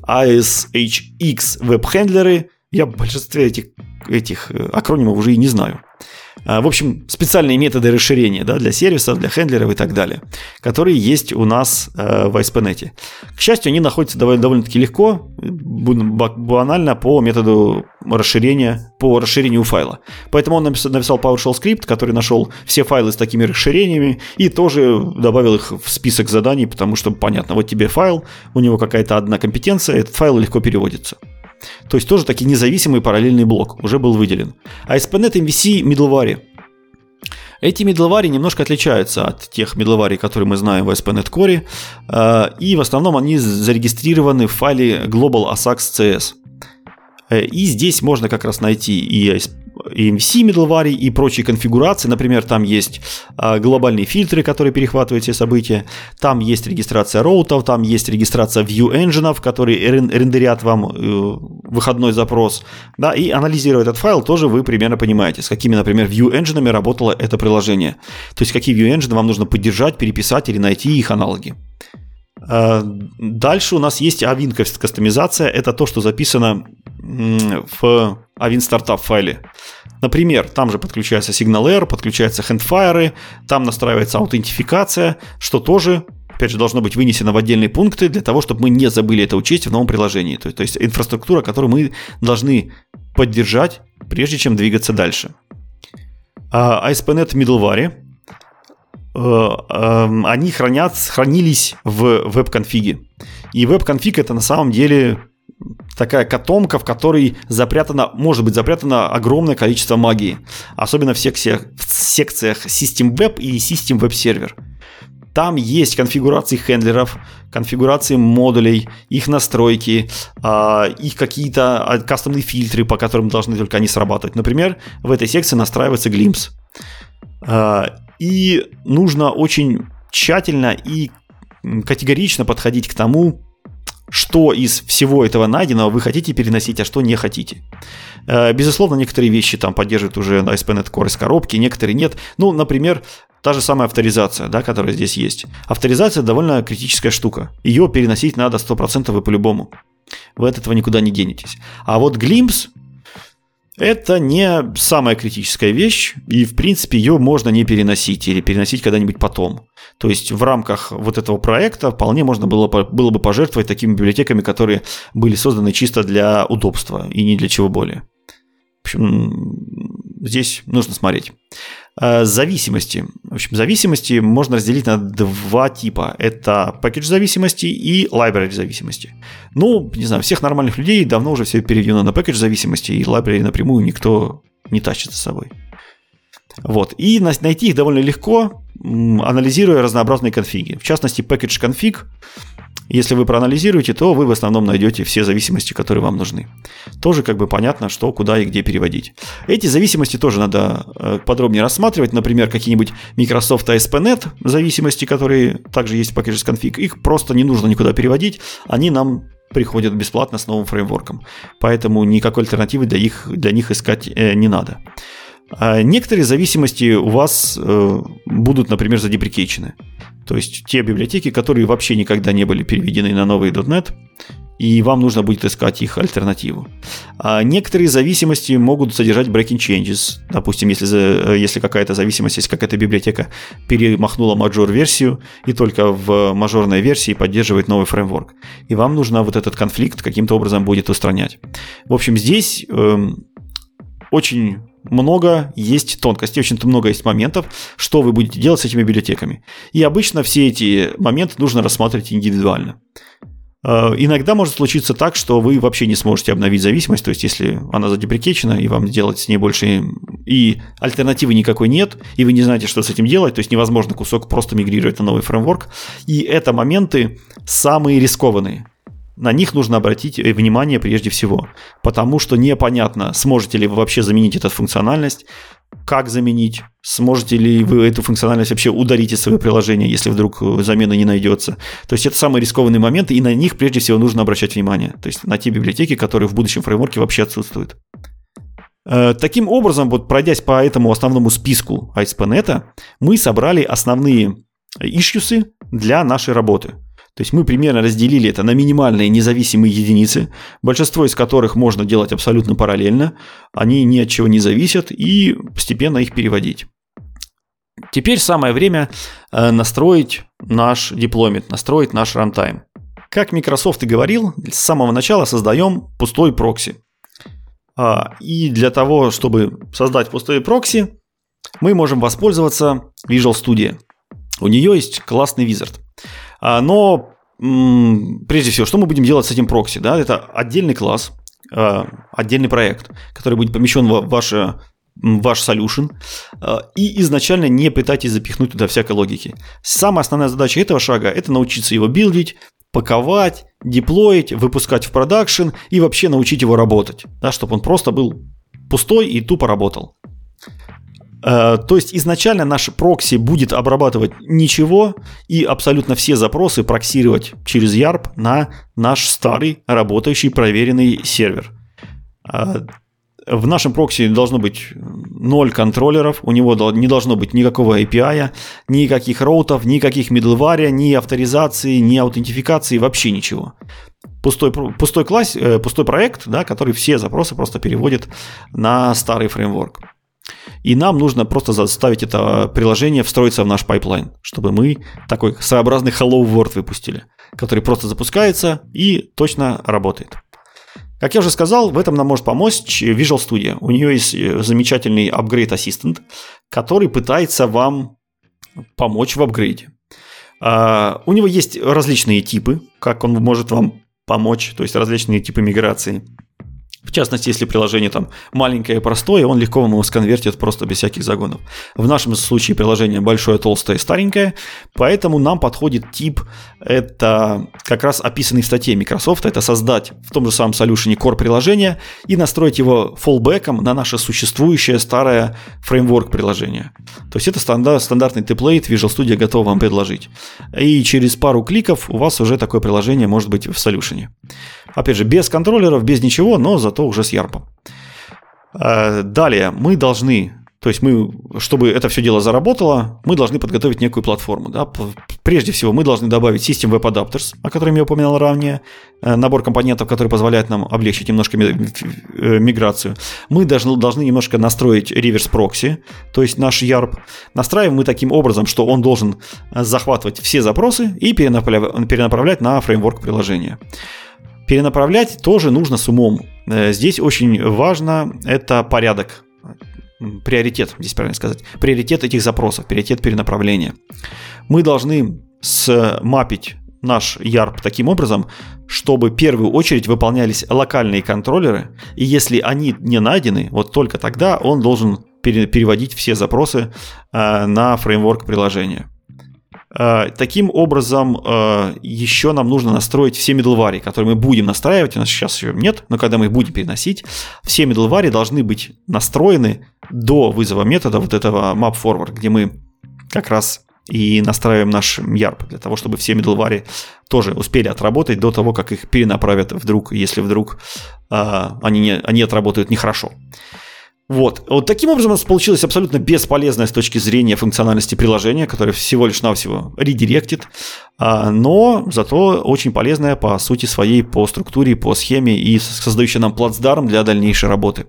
S1: ASHX веб-хендлеры. Я в большинстве этих акронимов уже и не знаю. В общем, специальные методы расширения, да, для сервисов, для хендлеров и так далее, которые есть у нас в ASP.NET. К счастью, они находятся довольно-таки легко, банально по методу расширения, по расширению файла. Поэтому он написал PowerShell скрипт, который нашел все файлы с такими расширениями и тоже добавил их в список заданий, потому что, понятно, вот тебе файл, у него какая-то одна компетенция, этот файл легко переводится. То есть тоже таки независимый параллельный блок уже был выделен. ASP.NET MVC middleware. Эти middleware немножко отличаются от тех middleware, которые мы знаем в ASP.NET Core, и в основном они зарегистрированы в файле global ASAX.cs. И здесь можно как раз найти и MVC middleware, и прочие конфигурации. Например, там есть глобальные фильтры, которые перехватывают все события. Там есть регистрация роутов, там есть регистрация view engine, которые рендерят вам выходной запрос. Да, и анализируя этот файл, тоже вы примерно понимаете, с какими, например, view engine работало это приложение. То есть, какие view engine вам нужно поддержать, переписать или найти их аналоги. Дальше у нас есть Avin кастомизация. Это то, что записано в Avin Startup файле. Например, там же подключается SignalR, подключаются хендфайеры, там настраивается аутентификация, что тоже, опять же, должно быть вынесено в отдельные пункты для того, чтобы мы не забыли это учесть в новом приложении. То есть инфраструктура, которую мы должны поддержать, прежде чем двигаться дальше. ASP.NET middleware. Они хранились в веб-конфиге. И веб-конфиг — это на самом деле такая котомка, в которой может быть запрятано огромное количество магии. Особенно в секциях System Web и System Web Server. Там есть конфигурации хендлеров, конфигурации модулей, их настройки, их какие-то кастомные фильтры, по которым должны только они срабатывать. Например, в этой секции настраивается Glimpse. И нужно очень тщательно и категорично подходить к тому, что из всего этого найденного вы хотите переносить, а что не хотите. Безусловно, некоторые вещи там поддерживают уже ASP.NET Core из коробки, некоторые нет. Ну, например, та же самая авторизация, да, которая здесь есть. Авторизация довольно критическая штука. Ее переносить надо 100% и по-любому. Вы от этого никуда не денетесь. А вот Glimpse — это не самая критическая вещь, и, в принципе, ее можно не переносить или переносить когда-нибудь потом. То есть в рамках вот этого проекта вполне можно было бы пожертвовать такими библиотеками, которые были созданы чисто для удобства и ни для чего более. В общем, здесь нужно смотреть. Зависимости. В общем, зависимости можно разделить на два типа. Это package зависимости и library зависимости. Ну, не знаю, всех нормальных людей давно уже все переведено на package зависимости, и library напрямую никто не тащит за собой. Вот. И найти их довольно легко, анализируя разнообразные конфиги. В частности, package config. Если вы проанализируете, то вы в основном найдете все зависимости, которые вам нужны. Тоже как бы понятно, что, куда и где переводить. Эти зависимости тоже надо подробнее рассматривать. Например, какие-нибудь Microsoft ASP.NET зависимости, которые также есть в Packages Config. Их просто не нужно никуда переводить. Они нам приходят бесплатно с новым фреймворком. Поэтому никакой альтернативы для них искать не надо. Некоторые зависимости у вас будут, например, задеприкейчены. То есть те библиотеки, которые вообще никогда не были переведены на новый .NET, и вам нужно будет искать их альтернативу. А некоторые зависимости могут содержать breaking changes. Допустим, если какая-то зависимость, если какая-то библиотека перемахнула мажор-версию и только в мажорной версии поддерживает новый фреймворк. И вам нужно вот этот конфликт каким-то образом будет устранять. В общем, здесь очень много есть тонкостей, очень много есть моментов, что вы будете делать с этими библиотеками. И обычно все эти моменты нужно рассматривать индивидуально. Иногда может случиться так, что вы вообще не сможете обновить зависимость, то есть если она задеприкейчена, и вам делать с ней больше, и альтернативы никакой нет, и вы не знаете, что с этим делать, то есть невозможно кусок просто мигрировать на новый фреймворк. И это моменты самые рискованные. На них нужно обратить внимание прежде всего, потому что непонятно, сможете ли вы вообще заменить эту функциональность, как заменить, сможете ли вы эту функциональность вообще удалить из своего приложения, если вдруг замены не найдется. То есть это самые рискованные моменты, и на них прежде всего нужно обращать внимание, то есть на те библиотеки, которые в будущем фреймворке вообще отсутствуют. Таким образом, вот пройдясь по этому основному списку ASP.NET, мы собрали основные ишьюсы для нашей работы. То есть мы примерно разделили это на минимальные независимые единицы, большинство из которых можно делать абсолютно параллельно, они ни от чего не зависят, и постепенно их переводить. Теперь самое время настроить наш деплоймент, настроить наш рантайм. Как Microsoft и говорил, с самого начала создаем пустой прокси. И для того, чтобы создать пустой прокси, мы можем воспользоваться Visual Studio. У нее есть классный визард. Но прежде всего, что мы будем делать с этим прокси? Да? Это отдельный класс, отдельный проект, который будет помещен в ваш solution, и изначально не пытайтесь запихнуть туда всякой логики. Самая основная задача этого шага – это научиться его билдить, паковать, деплоить, выпускать в продакшн и вообще научить его работать, да, чтобы он просто был пустой и тупо работал. То есть изначально наш прокси будет обрабатывать ничего и абсолютно все запросы проксировать через YARP на наш старый работающий проверенный сервер. В нашем прокси должно быть 0 контроллеров, у него не должно быть никакого API, никаких роутов, никаких middleware, ни авторизации, ни аутентификации, вообще ничего. Пустой класс, пустой проект, да, который все запросы просто переводит на старый фреймворк. И нам нужно просто заставить это приложение встроиться в наш пайплайн, чтобы мы такой своеобразный Hello World выпустили, который просто запускается и точно работает. Как я уже сказал, в этом нам может помочь Visual Studio. У нее есть замечательный Upgrade Assistant, который пытается вам помочь в апгрейде. У него есть различные типы, как он может вам помочь, то есть различные типы миграции. В частности, если приложение там маленькое и простое, он легко вам его сконвертит просто без всяких загонов. В нашем случае приложение большое, толстое и старенькое, поэтому нам подходит тип, это как раз описанный в статье Microsoft, это создать в том же самом solution core приложение и настроить его фоллбэком на наше существующее старое фреймворк приложение. То есть это стандартный темплейт Visual Studio готов вам предложить. И через пару кликов у вас уже такое приложение может быть в solution. Опять же, без контроллеров, без ничего, но зато уже с ярпом. Далее мы должны, то есть мы, чтобы это все дело заработало, мы должны подготовить некую платформу. Да? Прежде всего мы должны добавить System Web Adapters, о котором я упоминал ранее, набор компонентов, который позволяет нам облегчить немножко миграцию. Мы должны немножко настроить reverse proxy, то есть наш YARP. Настраиваем мы таким образом, что он должен захватывать все запросы и перенаправлять на фреймворк приложения. Перенаправлять тоже нужно с умом. Здесь очень важно это порядок, приоритет, здесь правильно сказать, приоритет этих запросов, приоритет перенаправления. Мы должны смапить наш YARP таким образом, чтобы в первую очередь выполнялись локальные контроллеры, и если они не найдены, вот только тогда он должен переводить все запросы на фреймворк приложения. Таким образом, еще нам нужно настроить все middleware, которые мы будем настраивать, у нас сейчас еще нет, но когда мы их будем переносить, все middleware должны быть настроены до вызова метода вот этого map-forward, где мы как раз и настраиваем наш YARP, для того, чтобы все middleware тоже успели отработать до того, как их перенаправят вдруг, если вдруг они отработают нехорошо. Вот таким образом у нас получилось абсолютно бесполезное с точки зрения функциональности приложения, которое всего лишь навсего редиректит, но зато очень полезное по сути своей, по структуре, по схеме и создающее нам плацдарм для дальнейшей работы.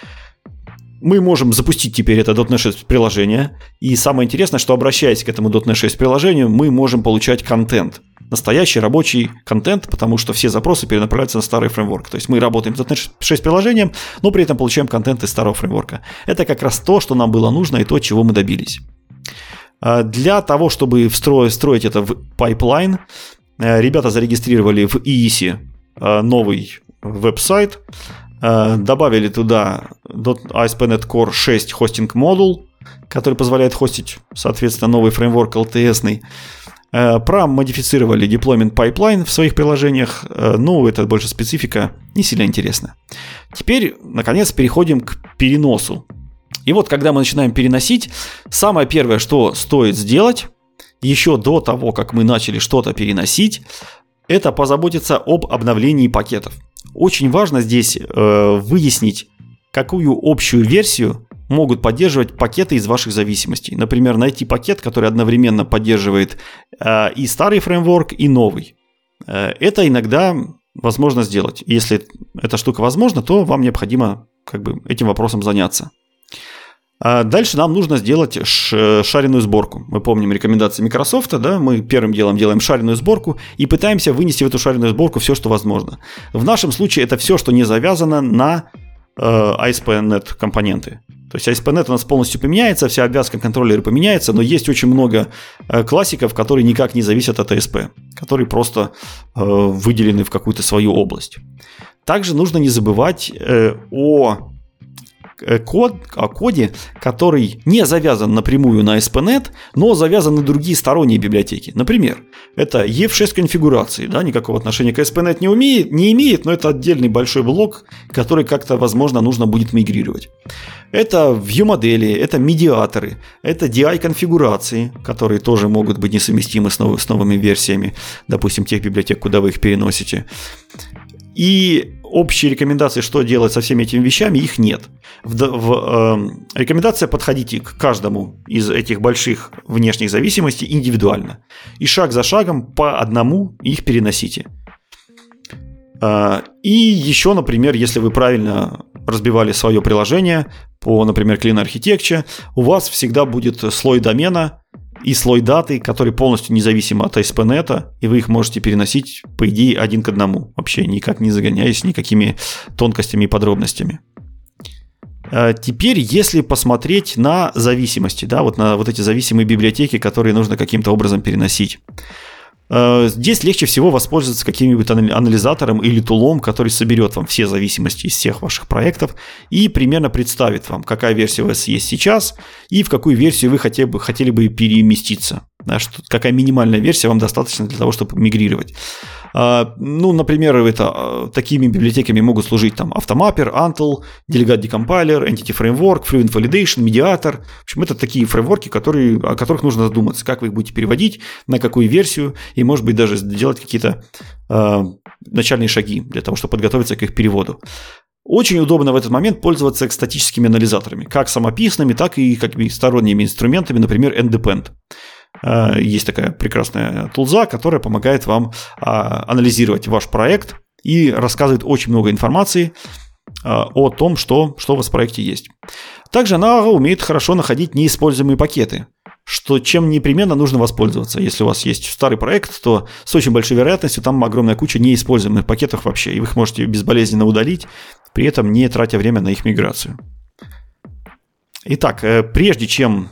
S1: Мы можем запустить теперь это .NET 6 приложение, и самое интересное, что обращаясь к этому .NET 6 приложению, мы можем получать контент. Настоящий рабочий контент, потому что все запросы перенаправляются на старый фреймворк. То есть мы работаем с .NET 6 приложением, но при этом получаем контент из старого фреймворка. Это как раз то, что нам было нужно и то, чего мы добились. Для того, чтобы встроить это в пайплайн, ребята зарегистрировали в EEC новый веб-сайт, добавили туда ASP.NET Core 6 хостинг модул, который позволяет хостить, соответственно, новый фреймворк LTS-ный. Промодифицировали deployment pipeline в своих приложениях, но это больше специфика, не сильно интересно. Теперь, наконец, переходим к переносу. И вот, когда мы начинаем переносить, самое первое, что стоит сделать, еще до того, как мы начали что-то переносить, это позаботиться об обновлении пакетов. Очень важно здесь выяснить, какую общую версию могут поддерживать пакеты из ваших зависимостей. Например, найти пакет, который одновременно поддерживает и старый фреймворк, и новый. Это иногда возможно сделать. Если эта штука возможна, то вам необходимо этим вопросом заняться. Дальше нам нужно сделать шаренную сборку. Мы помним рекомендации Microsoft, да? Мы первым делом делаем шаренную сборку и пытаемся вынести в эту шаренную сборку все, что возможно. В нашем случае это все, что не завязано на ASP.NET компоненты. То есть ASP.NET у нас полностью поменяется, вся обвязка контроллера поменяется, но есть очень много классиков, которые никак не зависят от ASP, которые просто выделены в какую-то свою область. Также нужно не забывать о коде, который не завязан напрямую на ASP.NET, но завязан на другие сторонние библиотеки. Например, это EF6 конфигурации, да, никакого отношения к ASP.NET не имеет, но это отдельный большой блок, который как-то, возможно, нужно будет мигрировать. Это view-модели, это медиаторы, это DI-конфигурации, которые тоже могут быть несовместимы с новыми версиями, допустим, тех библиотек, куда вы их переносите. И общие рекомендации, что делать со всеми этими вещами, их нет. Рекомендация: подходите к каждому из этих больших внешних зависимостей индивидуально. И шаг за шагом по одному их переносите. И еще, например, если вы правильно разбивали свое приложение по, например, Clean Architecture, у вас всегда будет слой домена и слой даты, который полностью независим от ASP.NET, и вы их можете переносить, по идее, один к одному, вообще никак не загоняясь никакими тонкостями и подробностями. Теперь, если посмотреть на зависимости, да, вот на вот эти зависимые библиотеки, которые нужно каким-то образом переносить. Здесь легче всего воспользоваться каким-нибудь анализатором или тулом, который соберет вам все зависимости из всех ваших проектов и примерно представит вам, какая версия у вас есть сейчас и в какую версию вы хотели бы переместиться. Какая минимальная версия вам достаточно для того, чтобы мигрировать. Например, такими библиотеками могут служить там Automapper, Antle, Delegate Decompiler, Entity Framework, Fluent Validation, Mediator. В общем, это такие фреймворки, о которых нужно задуматься, как вы их будете переводить, на какую версию, и, может быть, даже сделать какие-то начальные шаги для того, чтобы подготовиться к их переводу. Очень удобно в этот момент пользоваться статическими анализаторами, как самописными, так и сторонними инструментами, например, Ndepend. Есть такая прекрасная тулза, которая помогает вам анализировать ваш проект и рассказывает очень много информации о том, что у вас в проекте есть. Также она умеет хорошо находить неиспользуемые пакеты, чем непременно нужно воспользоваться. Если у вас есть старый проект, то с очень большой вероятностью там огромная куча неиспользуемых пакетов вообще, и вы их можете безболезненно удалить, при этом не тратя время на их миграцию. Итак, прежде чем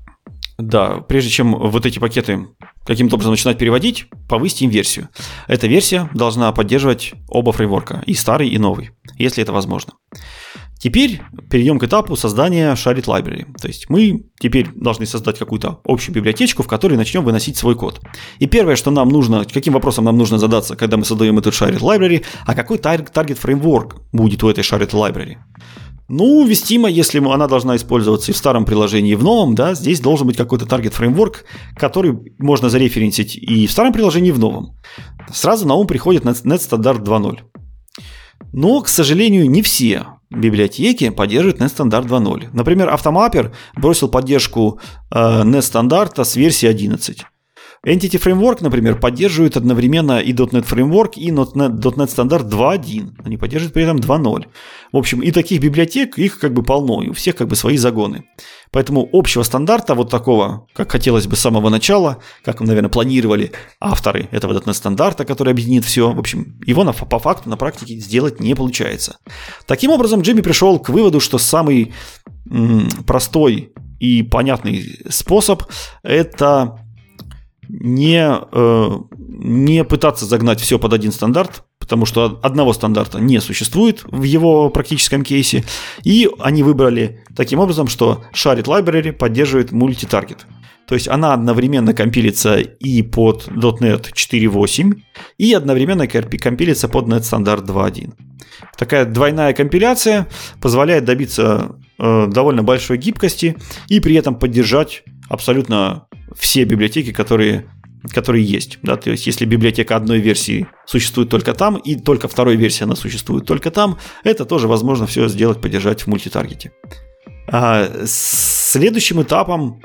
S1: вот эти пакеты каким-то образом начинать переводить, повысьте им версию. Эта версия должна поддерживать оба фреймворка, и старый, и новый, если это возможно. Теперь перейдем к этапу создания Shared Library. То есть мы теперь должны создать какую-то общую библиотечку, в которой начнем выносить свой код. И первое, что нам нужно, каким вопросом нам нужно задаться, когда мы создаем эту Shared Library, а какой таргет фреймворк будет у этой Shared Library? Вестимо, если она должна использоваться и в старом приложении, и в новом, да, здесь должен быть какой-то таргет-фреймворк, который можно зареференсить и в старом приложении, и в новом. Сразу на ум приходит NetStandard 2.0. Но, к сожалению, не все библиотеки поддерживают NetStandard 2.0. Например, Automapper бросил поддержку NetStandard с версии 11. Entity Framework, например, поддерживает одновременно и .NET Framework, и .NET Standard 2.1. Они поддерживают при этом 2.0. В общем, и таких библиотек, их полно, и у всех свои загоны. Поэтому общего стандарта, вот такого, как хотелось бы с самого начала, как, наверное, планировали авторы этого .NET стандарта, который объединит все, в общем, его по факту на практике сделать не получается. Таким образом, Джимми пришел к выводу, что самый простой и понятный способ – это не пытаться загнать все под один стандарт, потому что одного стандарта не существует в его практическом кейсе, и они выбрали таким образом, что Shared Library поддерживает мультитаргет. То есть она одновременно компилится и под .NET 4.8, и одновременно компилится под NetStandard 2.1. Такая двойная компиляция позволяет добиться довольно большой гибкости и при этом поддержать абсолютно все библиотеки, которые есть. Да? То есть, если библиотека одной версии существует только там, и только второй версии она существует только там, это тоже возможно все сделать, поддержать в мультитаргете. Следующим этапом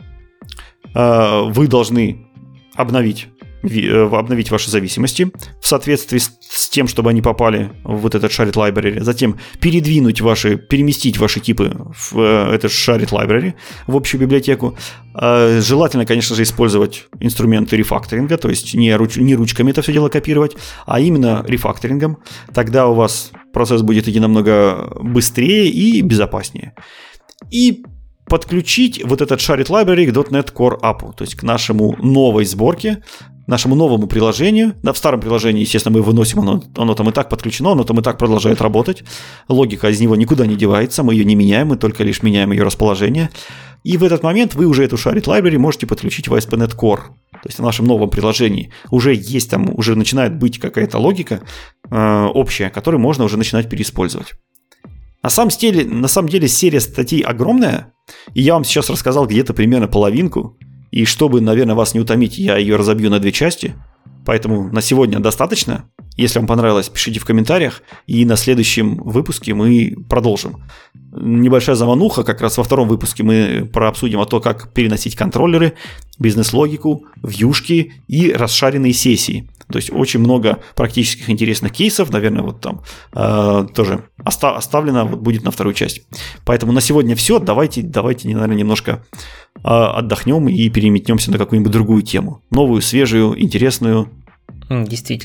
S1: вы должны обновить ваши зависимости в соответствии с тем, чтобы они попали в вот этот Shared Library, затем переместить ваши типы в этот Shared Library, в общую библиотеку. Желательно, конечно же, использовать инструменты рефакторинга, то есть не ручками это все дело копировать, а именно рефакторингом. Тогда у вас процесс будет идти намного быстрее и безопаснее. И подключить вот этот Shared Library к .NET Core App, то есть к нашему новой сборке, нашему новому приложению. Да, в старом приложении, естественно, мы выносим, оно там и так подключено, оно там и так продолжает работать. Логика из него никуда не девается, мы ее не меняем, мы только лишь меняем ее расположение. И в этот момент вы уже эту Shared Library можете подключить в ASP.NET Core. То есть в нашем новом приложении уже есть там, уже начинает быть какая-то логика общая, которую можно уже начинать переиспользовать. На самом деле серия статей огромная, и я вам сейчас рассказал где-то примерно половинку, и чтобы, наверное, вас не утомить, я ее разобью на 2 части, поэтому на сегодня достаточно. Если вам понравилось, пишите в комментариях, и на следующем выпуске мы продолжим. Небольшая замануха, как раз во 2-м выпуске мы прообсудим о том, как переносить контроллеры, бизнес-логику, вьюшки и расшаренные сессии. То есть очень много практических интересных кейсов, наверное, вот там тоже оставлено, вот будет на 2-ю часть. Поэтому на сегодня все, давайте, наверное, немножко отдохнем и переметнемся на какую-нибудь другую тему. Новую, свежую, интересную.
S2: Действительно.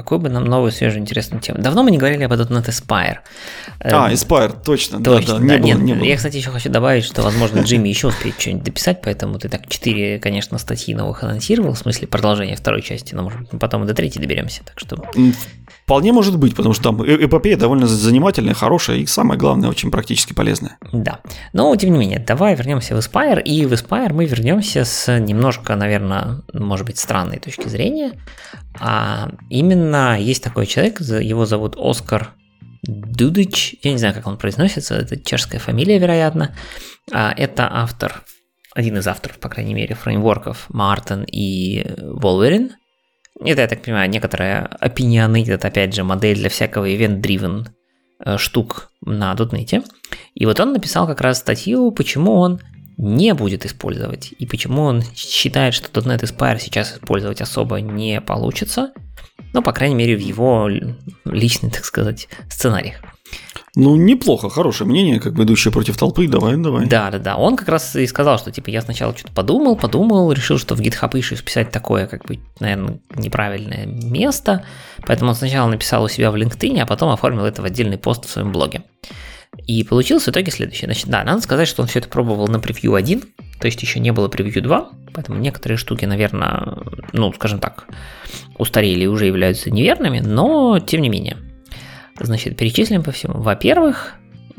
S2: какую бы нам новую, свежую, интересную тему? Давно мы не говорили об .NET Aspire.
S1: Aspire, точно.
S2: Точно,
S1: да. Не было.
S2: Я, кстати, еще хочу добавить, что, возможно, Джимми еще успеет что-нибудь дописать, поэтому ты так 4, конечно, статьи новых анонсировал, в смысле продолжения второй части, но, может быть, мы потом и до третьей доберемся, так что...
S1: Вполне может быть, потому что там эпопея довольно занимательная, хорошая и, самое главное, очень практически полезная.
S2: Да, но, тем не менее, давай вернемся в Aspire, и в Aspire мы вернемся с немножко, наверное, может быть, странной точки зрения. А именно есть такой человек, его зовут Оскар Дудич, я не знаю, как он произносится, это чешская фамилия, вероятно. Это автор, один из авторов, по крайней мере, фреймворков Marten и Wolverine. Это, я так понимаю, некоторые опинионы, это, опять же, модель для всякого event-driven штук на .NET. И вот он написал как раз статью, почему он не будет использовать, и почему он считает, что .NET Aspire сейчас использовать особо не получится, ну, по крайней мере, в его личных, так сказать, сценариях.
S1: Ну, неплохо, хорошее мнение, как бы идущее против толпы, давай.
S2: Да, он как раз и сказал, что, типа, я сначала что-то подумал, решил, что в GitHub Issues писать такое, как бы, наверное, неправильное место, поэтому он сначала написал у себя в LinkedIn, а потом оформил это в отдельный пост в своем блоге. И получилось в итоге следующее. Значит, да, надо сказать, что он все это пробовал на превью 1, то есть еще не было превью 2, поэтому некоторые штуки, наверное, ну, скажем так, устарели и уже являются неверными, но тем не менее. Значит, перечислим по всему. Во-первых,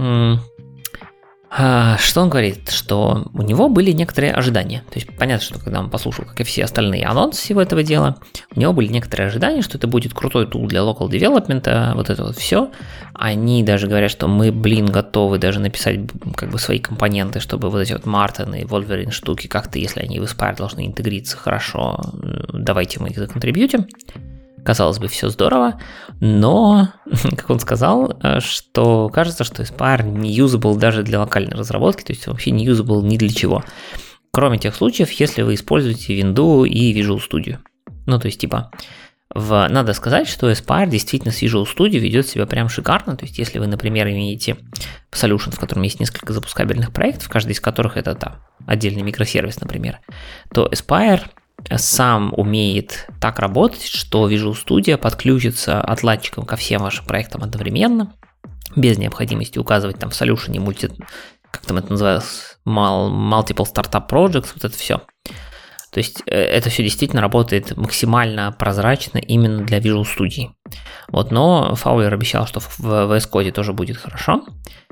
S2: что он говорит? Что у него были некоторые ожидания. То есть понятно, что когда он послушал, как и все остальные анонсы всего этого дела, у него были некоторые ожидания, что это будет крутой тул для local development, вот это вот все. Они даже говорят, что мы, готовы даже написать как бы свои компоненты, чтобы вот эти вот Marten и Wolverine штуки как-то, если они в Aspire должны интегриться хорошо, давайте мы их законтрибьютим. Казалось бы, все здорово, но, как он сказал, что кажется, что Aspire не usable даже для локальной разработки, то есть вообще не usable ни для чего. Кроме тех случаев, если вы используете Windows и Visual Studio. Ну, то есть, типа, надо сказать, что Aspire действительно с Visual Studio ведет себя прям шикарно. То есть, если вы, например, имеете solution, в котором есть несколько запускабельных проектов, каждый из которых это там отдельный микросервис, например, то Aspire сам умеет так работать, что Visual Studio подключится отладчиком ко всем вашим проектам одновременно, без необходимости указывать там в solution как там это называется, multiple startup projects, вот это все. То есть это все действительно работает максимально прозрачно именно для Visual Studio. Вот, но Фаулер обещал, что в VS Code тоже будет хорошо.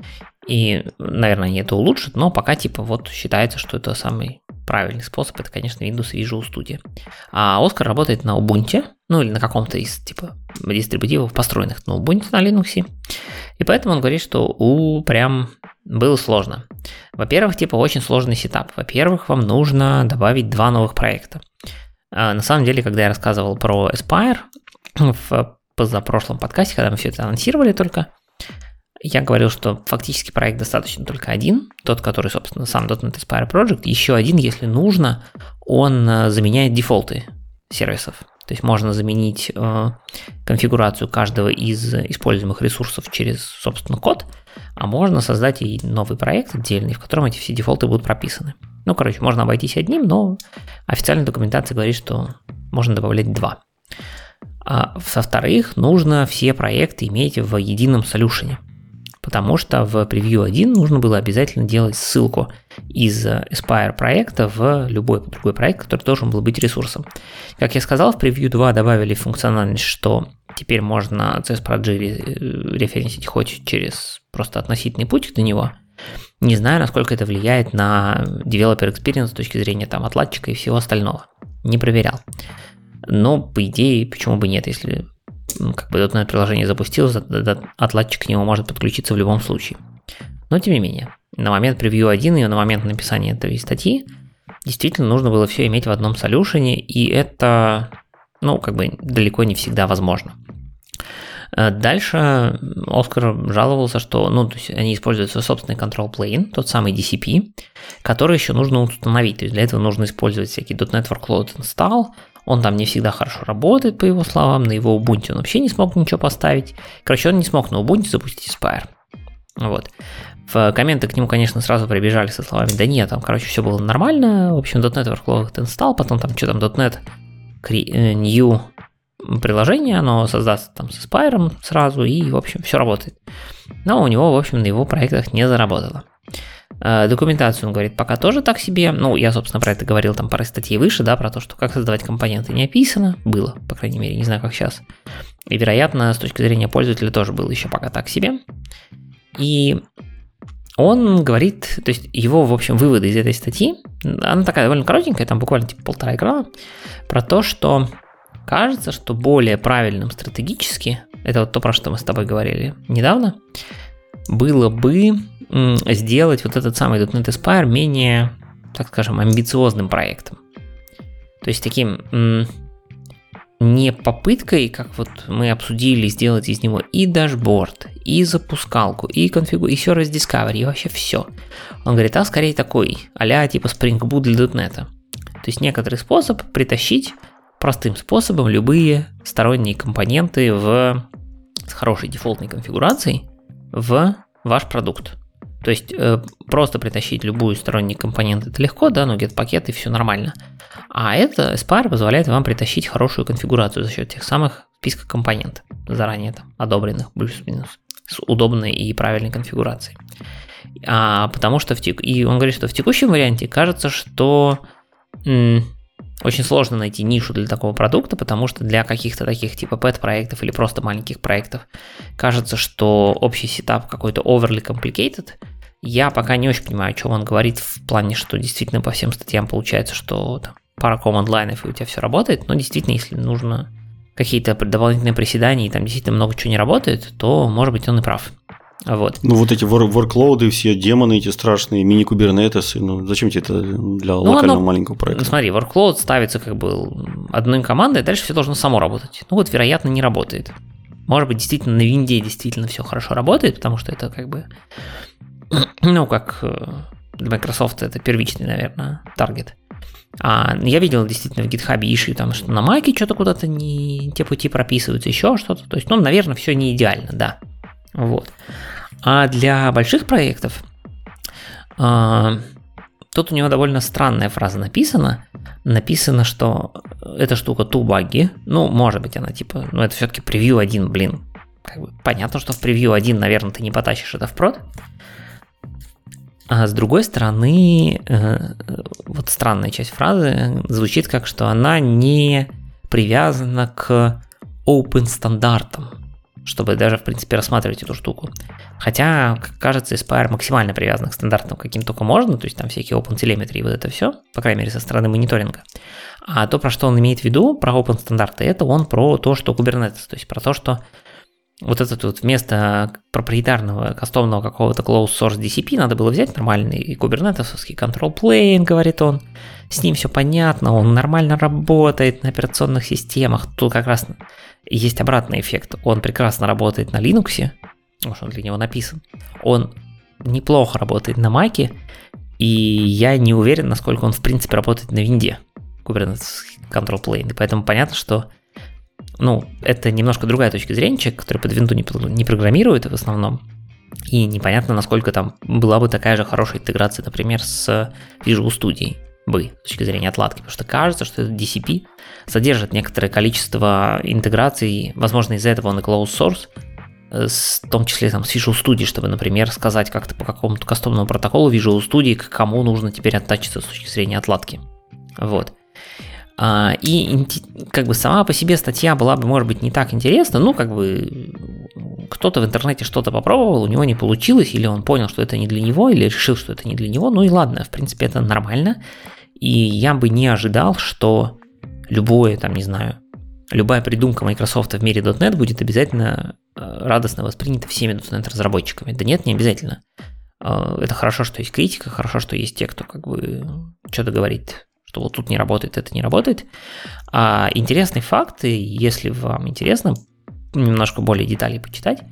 S2: И, наверное, они это улучшат, но пока типа вот считается, что это самый правильный способ, это, конечно, Windows и Visual Studio. А Оскар работает на Ubuntu, ну или на каком-то из типа дистрибутивов, построенных на Ubuntu, на Linux. И поэтому он говорит, что прям было сложно. Во-первых, типа очень сложный сетап. Во-первых, вам нужно добавить 2 новых проекта. На самом деле, когда я рассказывал про Aspire в позапрошлом подкасте, когда мы все это анонсировали только, я говорил, что фактически проект достаточно только один, тот, который, собственно, сам .NET Aspire Project, еще один, если нужно, он заменяет дефолты сервисов. То есть можно заменить конфигурацию каждого из используемых ресурсов через, собственно, код, а можно создать и новый проект отдельный, в котором эти все дефолты будут прописаны. Ну, короче, можно обойтись одним, но официальная документация говорит, что можно добавлять 2. Во-вторых, нужно все проекты иметь в едином солюшене. Потому что в превью 1 нужно было обязательно делать ссылку из Aspire проекта в любой другой проект, который должен был быть ресурсом. Как я сказал, в превью 2 добавили функциональность, что теперь можно CSproj референсить хоть через просто относительный путь до него. Не знаю, насколько это влияет на developer experience с точки зрения там отладчика и всего остального. Не проверял. Но, по идее, почему бы нет, если как бы .NET приложение запустилось, отладчик к нему может подключиться в любом случае. Но тем не менее, на момент превью 1 и на момент написания этой статьи действительно нужно было все иметь в одном солюшене, и это, ну, как бы далеко не всегда возможно. Дальше Оскар жаловался, что то есть они используют свой собственный control plane, тот самый DCP, который еще нужно установить. То есть для этого нужно использовать всякий .NET Workload Install. Он там не всегда хорошо работает, по его словам. На его Ubuntu он вообще не смог ничего поставить. Короче, он не смог на Ubuntu запустить Aspire. Вот. В комменты к нему, конечно, сразу прибежали со словами: да нет, там, короче, все было нормально. В общем, .NET Workload Install, потом там что там, .NET New приложение, оно создастся там с Aspire сразу, и, в общем, все работает. Но у него, в общем, на его проектах не заработало. Документацию, он говорит, пока тоже так себе. Ну, я, собственно, про это говорил там пары статей выше, да, про то, что как создавать компоненты не описано. Было, по крайней мере, не знаю, как сейчас. И, вероятно, с точки зрения пользователя тоже было еще пока так себе. И он говорит, то есть его, в общем, выводы из этой статьи, она такая довольно коротенькая, там буквально типа 1,5 экрана, про то, что кажется, что более правильным стратегически, это вот то, про что мы с тобой говорили недавно, было бы сделать вот этот самый .NET Aspire менее, так скажем, амбициозным проектом. То есть таким не попыткой, как вот мы обсудили, сделать из него и дашборд, и запускалку, и еще раз Discovery, и вообще все. Он говорит, а скорее такой, а-ля типа Spring Boot для .NET. То есть некоторый способ притащить простым способом любые сторонние компоненты с хорошей дефолтной конфигурацией в ваш продукт. То есть просто притащить любую сторонний компонент это легко, да, ну get-пакет и все нормально. А это Aspire позволяет вам притащить хорошую конфигурацию за счет тех самых списка компонентов, заранее там одобренных, плюс-минус, с удобной и правильной конфигурацией. Потому что и он говорит, что в текущем варианте кажется, что очень сложно найти нишу для такого продукта, потому что для каких-то таких типа pet-проектов или просто маленьких проектов кажется, что общий сетап какой-то overly complicated. Я пока не очень понимаю, о чем он говорит в плане, что действительно по всем статьям получается, что там пара команд-лайнов и у тебя все работает, но действительно, если нужно какие-то дополнительные приседания и там действительно много чего не работает, то, может быть, он и прав. Вот.
S1: Ну, вот эти workload, все демоны эти страшные, мини-кубернетесы, ну, зачем тебе это для локального маленького проекта?
S2: Смотри, workload ставится как бы одной командой, дальше все должно само работать. Ну, вот, вероятно, не работает. Может быть, действительно, на винде действительно все хорошо работает, потому что это как бы, ну, как для Microsoft это первичный, наверное, таргет. Я видел действительно в GitHub issue, там, что на Маке что-то куда-то не те пути прописываются, еще что-то. То есть, ну, наверное, все не идеально, да. Вот. А для больших проектов тут у него довольно странная фраза написана. Написано, что эта штука too buggy. Ну, может быть, она типа, ну, это все-таки превью 1, блин. Как бы понятно, что в превью 1, наверное, ты не потащишь это в прод. А с другой стороны, вот странная часть фразы звучит как, что она не привязана к open стандартам, чтобы даже, в принципе, рассматривать эту штуку. Хотя, кажется, Aspire максимально привязан к стандартам, каким только можно, то есть там всякие OpenTelemetry и вот это все, по крайней мере, со стороны мониторинга. А то, про что он имеет в виду, про open стандарты, это он про то, что Kubernetes, то есть про то, что вот этот вот вместо проприетарного кастомного какого-то closed source DCP надо было взять нормальный кубернетовский control plane, говорит он. С ним все понятно, он нормально работает на операционных системах. Тут как раз есть обратный эффект. Он прекрасно работает на Linux, потому что он для него написан. Он неплохо работает на Mac, и я не уверен, насколько он в принципе работает на винде, Kubernetes control plane. И поэтому понятно, что ну, это немножко другая точка зрения, человек, который под винду не программирует в основном, и непонятно, насколько там была бы такая же хорошая интеграция, например, с Visual Studio с точки зрения отладки, потому что кажется, что этот DCP содержит некоторое количество интеграций, возможно, из-за этого он и closed source, в том числе там, с Visual Studio, чтобы, например, сказать как-то по какому-то кастомному протоколу Visual Studio, к кому нужно теперь оттачиться с точки зрения отладки. Вот. И как бы сама по себе статья была бы, может быть, не так интересна, ну, как бы кто-то в интернете что-то попробовал, у него не получилось, или он понял, что это не для него, или решил, что это не для него, ну и ладно, в принципе, это нормально, и я бы не ожидал, что любая придумка Microsoft в мире .NET будет обязательно радостно воспринята всеми .NET разработчиками. Да нет, не обязательно. Это хорошо, что есть критика, хорошо, что есть те, кто как бы что-то говорит, что вот тут не работает, это не работает. А интересный факт, и если вам интересно немножко более деталей почитать,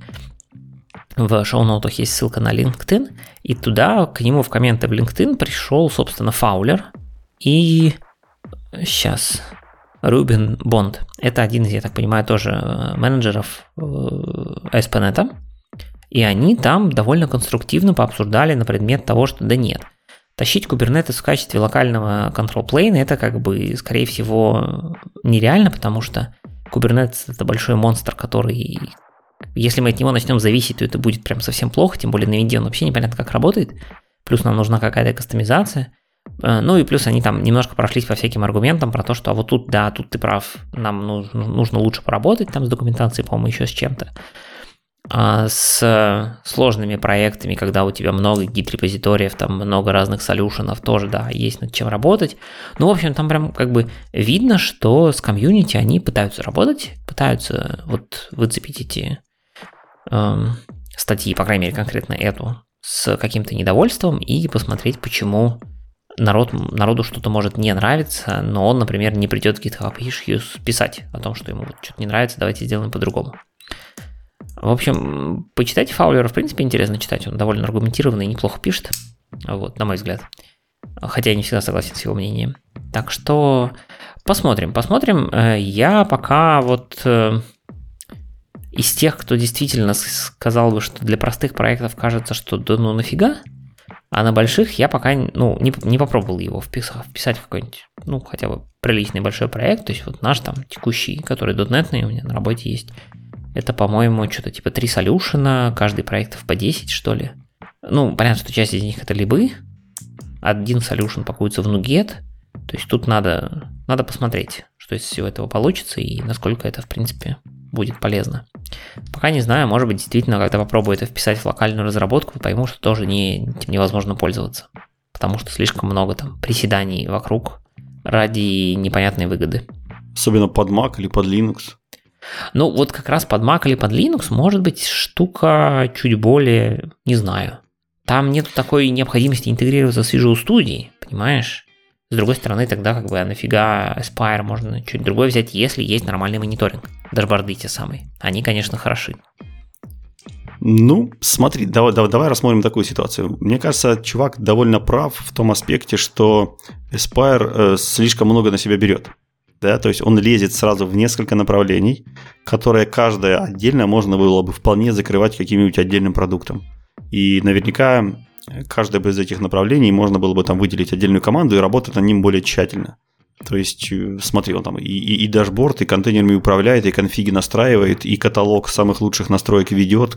S2: в шоу-ноутах есть ссылка на LinkedIn, и туда к нему в комменты в LinkedIn пришел, собственно, Фаулер и сейчас Рубин Бонд. Это один из, я так понимаю, тоже менеджеров ASP.NET, и они там довольно конструктивно пообсуждали на предмет того, что да нет, тащить Kubernetes в качестве локального control plane это как бы, скорее всего, нереально, потому что Kubernetes — это большой монстр, который... Если мы от него начнем зависеть, то это будет прям совсем плохо, тем более на винде он вообще непонятно, как работает. Плюс нам нужна какая-то кастомизация. Ну и плюс они там немножко прошлись по всяким аргументам про то, что а вот тут, да, тут ты прав, нам нужно лучше поработать там с документацией, по-моему, еще с чем-то. А с сложными проектами, когда у тебя много гид-репозиториев, там много разных солюшенов, тоже, да, есть над чем работать. Ну, в общем, там прям как бы видно, что с комьюнити они пытаются работать, пытаются вот выцепить эти статьи, по крайней мере, конкретно эту, с каким-то недовольством и посмотреть, почему народу что-то может не нравиться, но он, например, не придет в GitHub Issues писать о том, что ему что-то не нравится, давайте сделаем по-другому. В общем, почитайте Фаулера, в принципе, интересно читать, он довольно аргументированный и неплохо пишет, вот, на мой взгляд. Хотя я не всегда согласен с его мнением. Так что посмотрим. Я пока вот из тех, кто действительно сказал бы, что для простых проектов кажется, что да ну нафига, а на больших я пока не попробовал его вписать в какой-нибудь, хотя бы приличный большой проект. То есть вот наш там текущий, который .NET-ный у меня на работе есть, это, по-моему, что-то типа 3 солюшена, каждый проектов по 10, что ли. Понятно, что часть из них это либы, один солюшен пакуется в NuGet, то есть тут надо посмотреть, что из всего этого получится и насколько это, в принципе, будет полезно. Пока не знаю, может быть, действительно, когда попробую это вписать в локальную разработку, пойму, что тоже этим невозможно пользоваться, потому что слишком много там приседаний вокруг ради непонятной выгоды.
S1: Особенно под Mac или под Linux.
S2: Вот как раз под Mac или под Linux может быть штука чуть более, не знаю. Там нет такой необходимости интегрироваться с Visual Studio, понимаешь? С другой стороны, тогда а нафига Aspire, можно что-нибудь другое взять, если есть нормальный мониторинг. Дашборды те самые. Они, конечно, хороши.
S1: Смотри, давай рассмотрим такую ситуацию. Мне кажется, чувак довольно прав в том аспекте, что Aspire слишком много на себя берет. Да, то есть он лезет сразу в несколько направлений, которые каждое отдельно можно было бы вполне закрывать каким-нибудь отдельным продуктом. И наверняка каждое из этих направлений можно было бы там выделить отдельную команду и работать над ним более тщательно. То есть, смотри, он там и дашборд, и контейнерами управляет, и конфиги настраивает, и каталог самых лучших настроек ведет,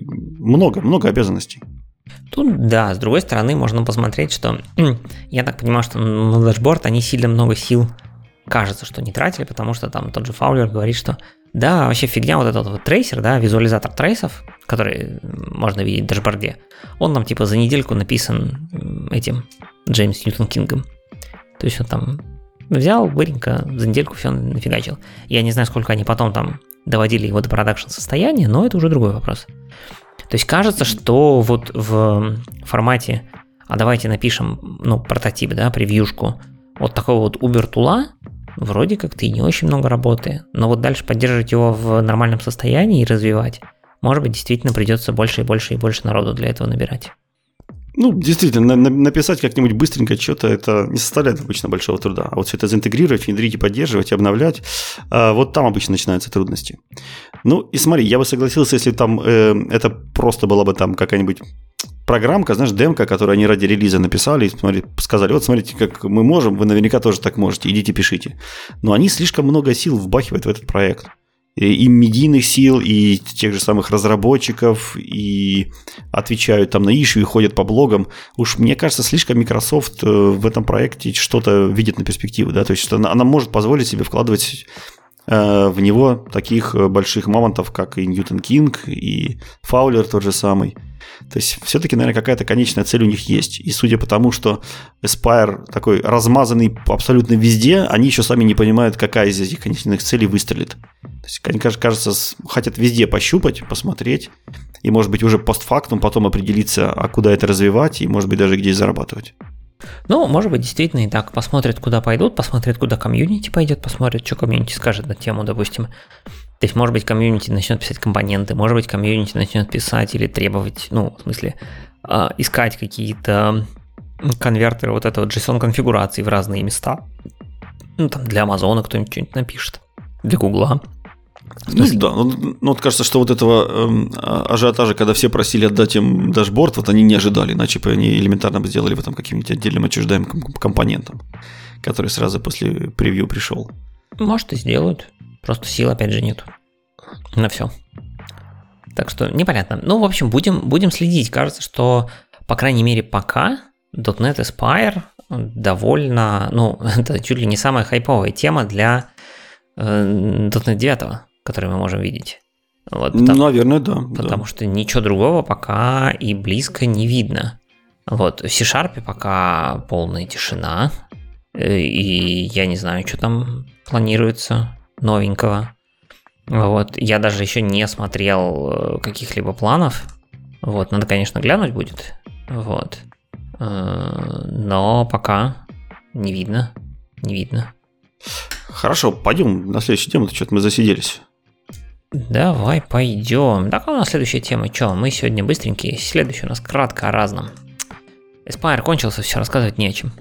S1: много обязанностей.
S2: Тут, да, с другой стороны, можно посмотреть, что я так понимаю, что на дашборд они сильно много сил, кажется, что не тратили, потому что там тот же Фаулер говорит, что да, вообще фигня вот этот вот трейсер, да, визуализатор трейсов, который можно видеть в дашборде, он там типа за недельку написан этим Джеймс Ньютон Кингом. То есть он там взял быренько, за недельку все нафигачил. Я не знаю, сколько они потом там доводили его до продакшн состояния, но это уже другой вопрос. То есть кажется, что вот в формате, а давайте напишем, прототип, да, превьюшку, вот такого вот Uber-тула, вроде как-то и не очень много работы, но вот дальше поддерживать его в нормальном состоянии и развивать, может быть, действительно придется больше и больше и больше народу для этого набирать.
S1: Действительно, написать как-нибудь быстренько что-то, это не составляет обычно большого труда. А вот все это заинтегрировать, внедрить и поддерживать, и обновлять, вот там обычно начинаются трудности. И смотри, я бы согласился, если там это просто была бы там какая-нибудь программка, знаешь, демка, которую они ради релиза написали, и сказали, вот смотрите, как мы можем, вы наверняка тоже так можете, идите пишите. Но они слишком много сил вбахивают в этот проект. И медийных сил, и тех же самых разработчиков, и отвечают там на issue, и ходят по блогам. Уж мне кажется, слишком Microsoft в этом проекте что-то видит на перспективу, да, то есть она может позволить себе вкладывать в него таких больших мамонтов, как и Ньютон Кинг, и Фаулер тот же самый. То есть все-таки, наверное, какая-то конечная цель у них есть. И судя по тому, что Aspire такой размазанный абсолютно везде, они еще сами не понимают, какая из этих конечных целей выстрелит. То есть они, кажется, хотят везде пощупать, посмотреть, и, может быть, уже постфактум потом определиться, а куда это развивать, и, может быть, даже где зарабатывать.
S2: Может быть, действительно и так. Посмотрят, куда пойдут, посмотрят, куда комьюнити пойдет, посмотрят, что комьюнити скажет на тему, допустим. То есть, может быть, комьюнити начнет писать компоненты, может быть, комьюнити начнет писать или требовать, в смысле, искать какие-то конвертеры вот этого JSON-конфигурации в разные места. Там для Амазона кто-нибудь что-нибудь напишет, для Гугла.
S1: Да, вот кажется, что вот этого ажиотажа, когда все просили отдать им дашборд, вот они не ожидали, иначе бы они элементарно бы сделали его там каким-нибудь отдельным отчуждаемым компонентом, который сразу после превью пришел.
S2: Может, и сделают. Просто сил, опять же, нету на все. Так что непонятно. Ну, в общем, будем следить. Кажется, что, по крайней мере, пока .NET Aspire довольно... Ну, это чуть ли не самая хайповая тема для .NET 9, который мы можем видеть. Вот,
S1: наверное, да.
S2: Потому что ничего другого пока и близко не видно. Вот, в C# пока полная тишина. И я не знаю, что там планируется новенького. Вот, я даже еще не смотрел каких-либо планов. Вот, надо, конечно, глянуть будет. Вот. Но пока не видно.
S1: Хорошо, пойдем на следующую тему, что-то мы засиделись.
S2: Давай пойдем. Так, у нас следующая тема. Че, мы сегодня быстренькие. Следующий у нас кратко о разном. Aspire кончился, все, рассказывать не о чем.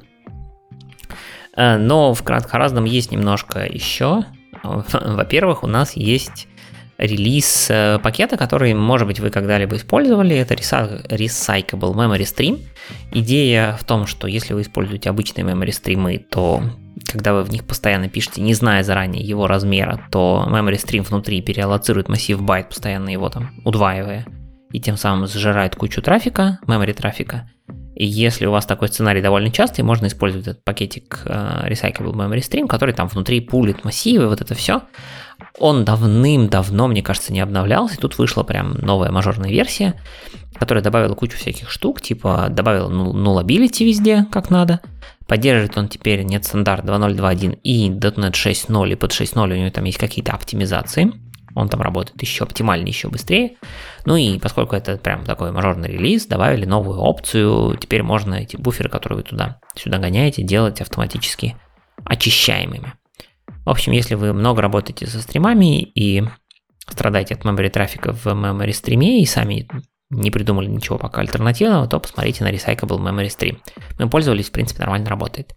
S2: Но в кратко о разном есть немножко еще. Во-первых, у нас есть релиз пакета, который, может быть, вы когда-либо использовали. Это Recyclable Memory Stream. Идея в том, что если вы используете обычные memory стримы, то когда вы в них постоянно пишете, не зная заранее его размера, то memory stream внутри переаллоцирует массив байт, постоянно его там удваивая, и тем самым сжирает кучу трафика, memory трафика. И если у вас такой сценарий довольно частый, можно использовать этот пакетик Recyclable Memory Stream, который там внутри пулит массивы, вот это все. Он давным-давно, мне кажется, не обновлялся. И тут вышла прям новая мажорная версия, которая добавила кучу всяких штук, типа добавила nullability везде, как надо. Поддерживает он теперь .NET Стандарт 2.0.2.1 и .NET 6.0, и под 6.0 у него там есть какие-то оптимизации. Он там работает еще оптимальнее, еще быстрее. Ну и поскольку это прям такой мажорный релиз, добавили новую опцию. Теперь можно эти буферы, которые вы туда-сюда гоняете, делать автоматически очищаемыми. В общем, если вы много работаете со стримами и страдаете от memory трафика в memory стриме и сами не придумали ничего пока альтернативного, то посмотрите на Recyclable Memory Stream. Мы пользовались, в принципе, нормально работает.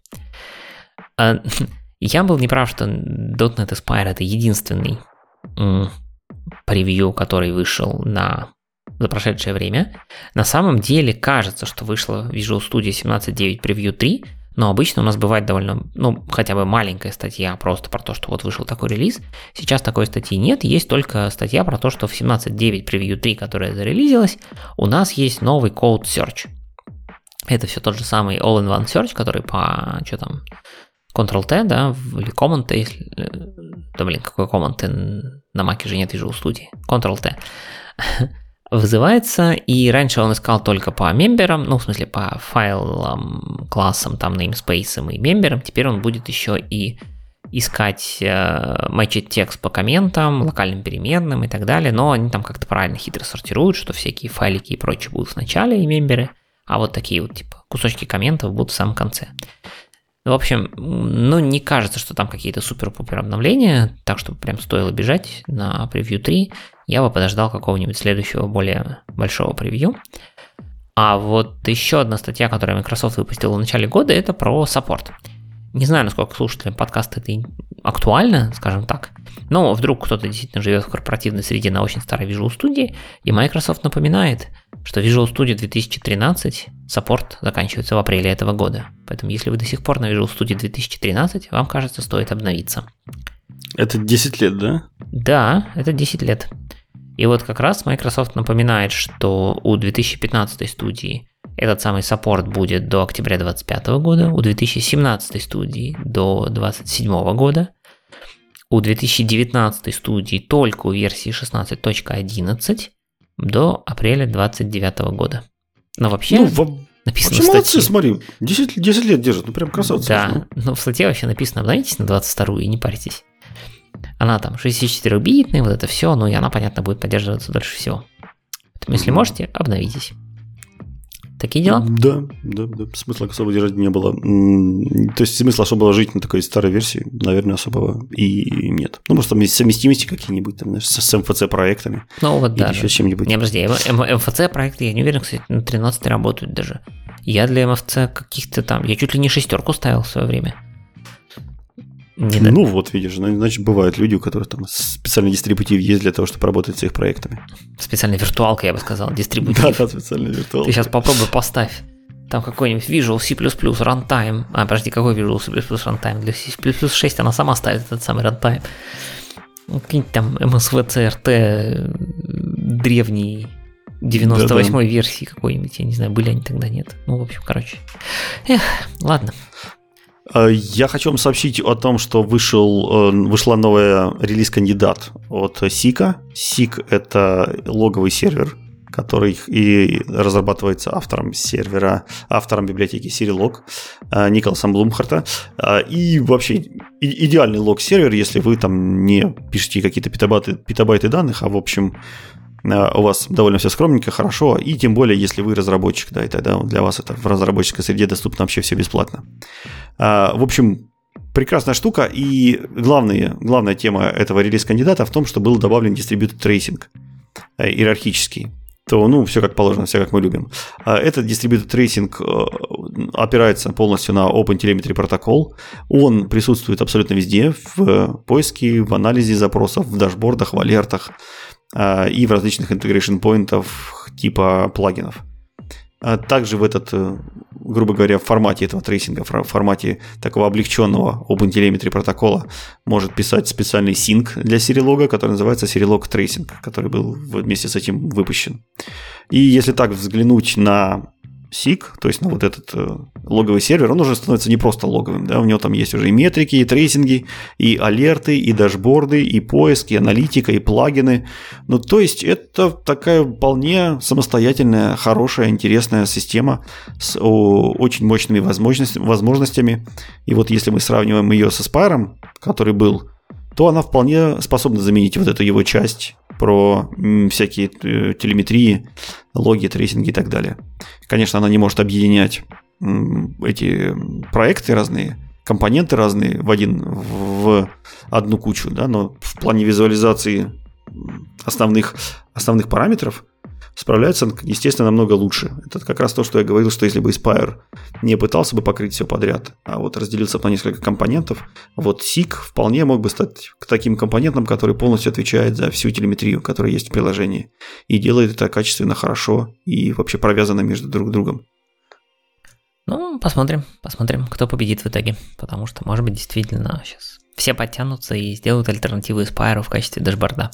S2: Я был неправ, что .NET Aspire это единственный превью, который вышел за прошедшее время. На самом деле кажется, что вышло Visual Studio 17.9 Preview 3, но обычно у нас бывает довольно, хотя бы маленькая статья просто про то, что вот вышел такой релиз. Сейчас такой статьи нет, есть только статья про то, что в 17.9 Preview 3, которая зарелизилась, у нас есть новый Code Search. Это все тот же самый All-in-One Search, который по, Ctrl-T, да, или Command-T, если... Да, какой Command-T? На Mac же нет Visual Studio. Ctrl-T. Вызывается, и раньше он искал только по мемберам, в смысле по файлам, классам, там, namespace и мемберам. Теперь он будет еще и искать, мэчить текст по комментам, локальным переменным и так далее, но они там как-то правильно хитро сортируют, что всякие файлики и прочее будут в начале и мемберы, а вот такие вот типа кусочки комментов будут в самом конце. В общем, не кажется, что там какие-то супер-пупер обновления, так что прям стоило бежать на превью 3. Я бы подождал какого-нибудь следующего более большого превью. А вот еще одна статья, которую Microsoft выпустила в начале года, это про саппорт. Не знаю, насколько слушателям подкаста это актуально, скажем так, но вдруг кто-то действительно живет в корпоративной среде на очень старой Visual Studio, и Microsoft напоминает, что Visual Studio 2013 саппорт заканчивается в апреле этого года. Поэтому если вы до сих пор на Visual Studio 2013, вам, кажется, стоит обновиться.
S1: Это 10 лет, да?
S2: Да, это 10 лет. И вот как раз Microsoft напоминает, что у 2015 студии этот самый саппорт будет до октября 2025 года, у 2017 студии до 2027 года, у 2019 студии только у версии 16.11 до апреля 2029 года. Но вообще написано в статье...
S1: Молодцы, смотри, 10 лет держат, прям красавцы.
S2: Да, но в статье вообще написано, обновитесь на 22-ю и не парьтесь. Она там 64-битная, вот это все, и она, понятно, будет поддерживаться дольше всего. Поэтому, если можете, обновитесь. Такие дела?
S1: Да. Смысла особо держать не было. То есть смысла особо жить на такой старой версии, наверное, особого и нет. Может, там есть совместимости какие-нибудь там, с МФЦ-проектами.
S2: Вот да.
S1: Еще чем-нибудь.
S2: Не, подожди, МФЦ-проекты, я не уверен, кстати, на 13 работают даже. Я для МФЦ каких-то там, я чуть ли не 6 ставил в свое время.
S1: Вот видишь, значит, бывают люди, у которых там специальный дистрибутив есть для того, чтобы работать с их проектами.
S2: Специальная виртуалка, я бы сказал, дистрибутив.
S1: Да, специальная виртуалка.
S2: Ты сейчас попробуй поставь. Там какой-нибудь Visual C++ Runtime. Подожди, какой Visual C++ Runtime? Для C++ 6 она сама ставит этот самый Runtime. Какие-нибудь там MSV-CRT древний 98-й версии какой-нибудь, я не знаю, были они тогда, нет. Ну, в общем, короче. Ладно.
S1: Я хочу вам сообщить о том, что вышла новая релиз-кандидат от Сика. Сик — это логовый сервер, который и разрабатывается автором сервера, автором библиотеки Serilog Николасом Блумхарта. И вообще идеальный лог-сервер, если вы там не пишете какие-то петабайты данных, а в общем у вас довольно все скромненько, хорошо, и тем более, если вы разработчик, да, и тогда для вас это в разработческой среде доступно вообще все бесплатно. В общем, прекрасная штука, и главная тема этого релиз-кандидата в том, что был добавлен distributed tracing иерархический. То, все как положено, все как мы любим. Этот distributed tracing опирается полностью на OpenTelemetry протокол. Он присутствует абсолютно везде, в поиске, в анализе запросов, в дашбордах, в алертах и в различных integration point'ах типа плагинов. Также в грубо говоря, в формате этого трейсинга, в формате такого облегченного OpenTelemetry протокола может писать специальный синк для Serilog, который называется Serilog Tracing, который был вместе с этим выпущен. И если так взглянуть на SIG, то есть на вот этот логовый сервер, он уже становится не просто логовым, да, у него там есть уже и метрики, и трейсинги, и алерты, и дашборды, и поиск, и аналитика, и плагины. То есть это такая вполне самостоятельная, хорошая, интересная система с очень мощными возможностями. И вот если мы сравниваем ее со Aspire, который был, то она вполне способна заменить вот эту его часть про всякие телеметрии, логи, трейсинги и так далее. Конечно, она не может объединять эти проекты разные, компоненты разные в одну кучу, да, но в плане визуализации основных параметров справляется, естественно, намного лучше. Это как раз то, что я говорил, что если бы Aspire не пытался бы покрыть все подряд, а вот разделился на несколько компонентов, вот SIG вполне мог бы стать таким компонентом, который полностью отвечает за всю телеметрию, которая есть в приложении, и делает это качественно, хорошо и вообще провязано между друг другом.
S2: Посмотрим, кто победит в итоге, потому что, может быть, действительно сейчас все подтянутся и сделают альтернативу Aspire в качестве дашборда.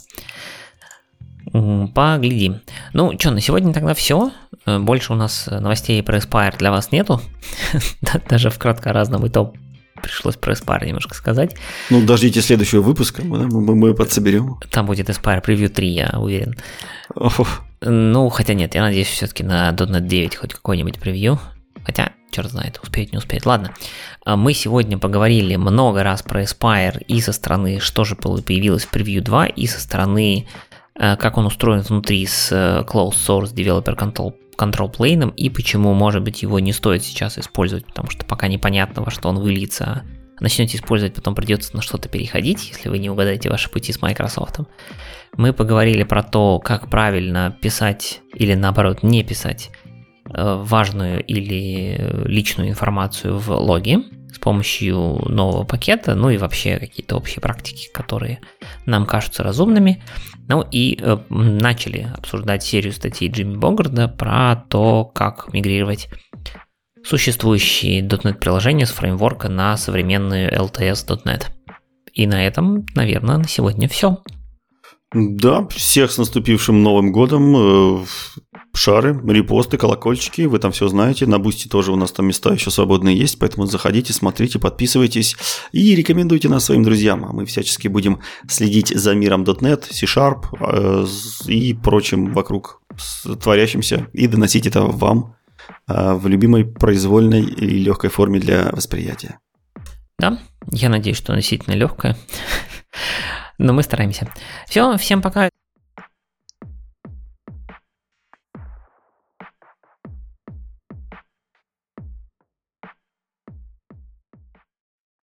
S2: Поглядим. На сегодня тогда все. Больше у нас новостей про Aspire для вас нету. Даже в краткоразном и то пришлось про Aspire немножко сказать.
S1: Дождите следующего выпуска, мы подсоберем.
S2: Там будет Aspire Preview 3, я уверен. Хотя нет, я надеюсь все-таки на .NET 9 хоть какой-нибудь превью. Хотя, черт знает, успеет, не успеет. Ладно, мы сегодня поговорили много раз про Aspire и со стороны, что же появилось в Preview 2, и со стороны, как он устроен внутри с Closed Source Developer Control Plane, и почему, может быть, его не стоит сейчас использовать, потому что пока непонятно, во что он выльется. Начнете использовать, потом придется на что-то переходить, если вы не угадаете ваши пути с Microsoft. Мы поговорили про то, как правильно писать или, наоборот, не писать важную или личную информацию в логе с помощью нового пакета, и вообще какие-то общие практики, которые нам кажутся разумными. И начали обсуждать серию статей Джимми Богарда про то, как мигрировать существующие .NET-приложения с фреймворка на современную LTS.NET. И на этом, наверное, на сегодня все.
S1: Да, всех с наступившим Новым годом. Шары, репосты, колокольчики, вы там все знаете. На Бусти тоже у нас там места еще свободные есть, поэтому заходите, смотрите, подписывайтесь и рекомендуйте нас своим друзьям. А мы всячески будем следить за миром .NET, C# и прочим вокруг творящимся и доносить это вам в любимой произвольной и легкой форме для восприятия.
S2: Да, я надеюсь, что она действительно легкая, но мы стараемся. Все, всем пока.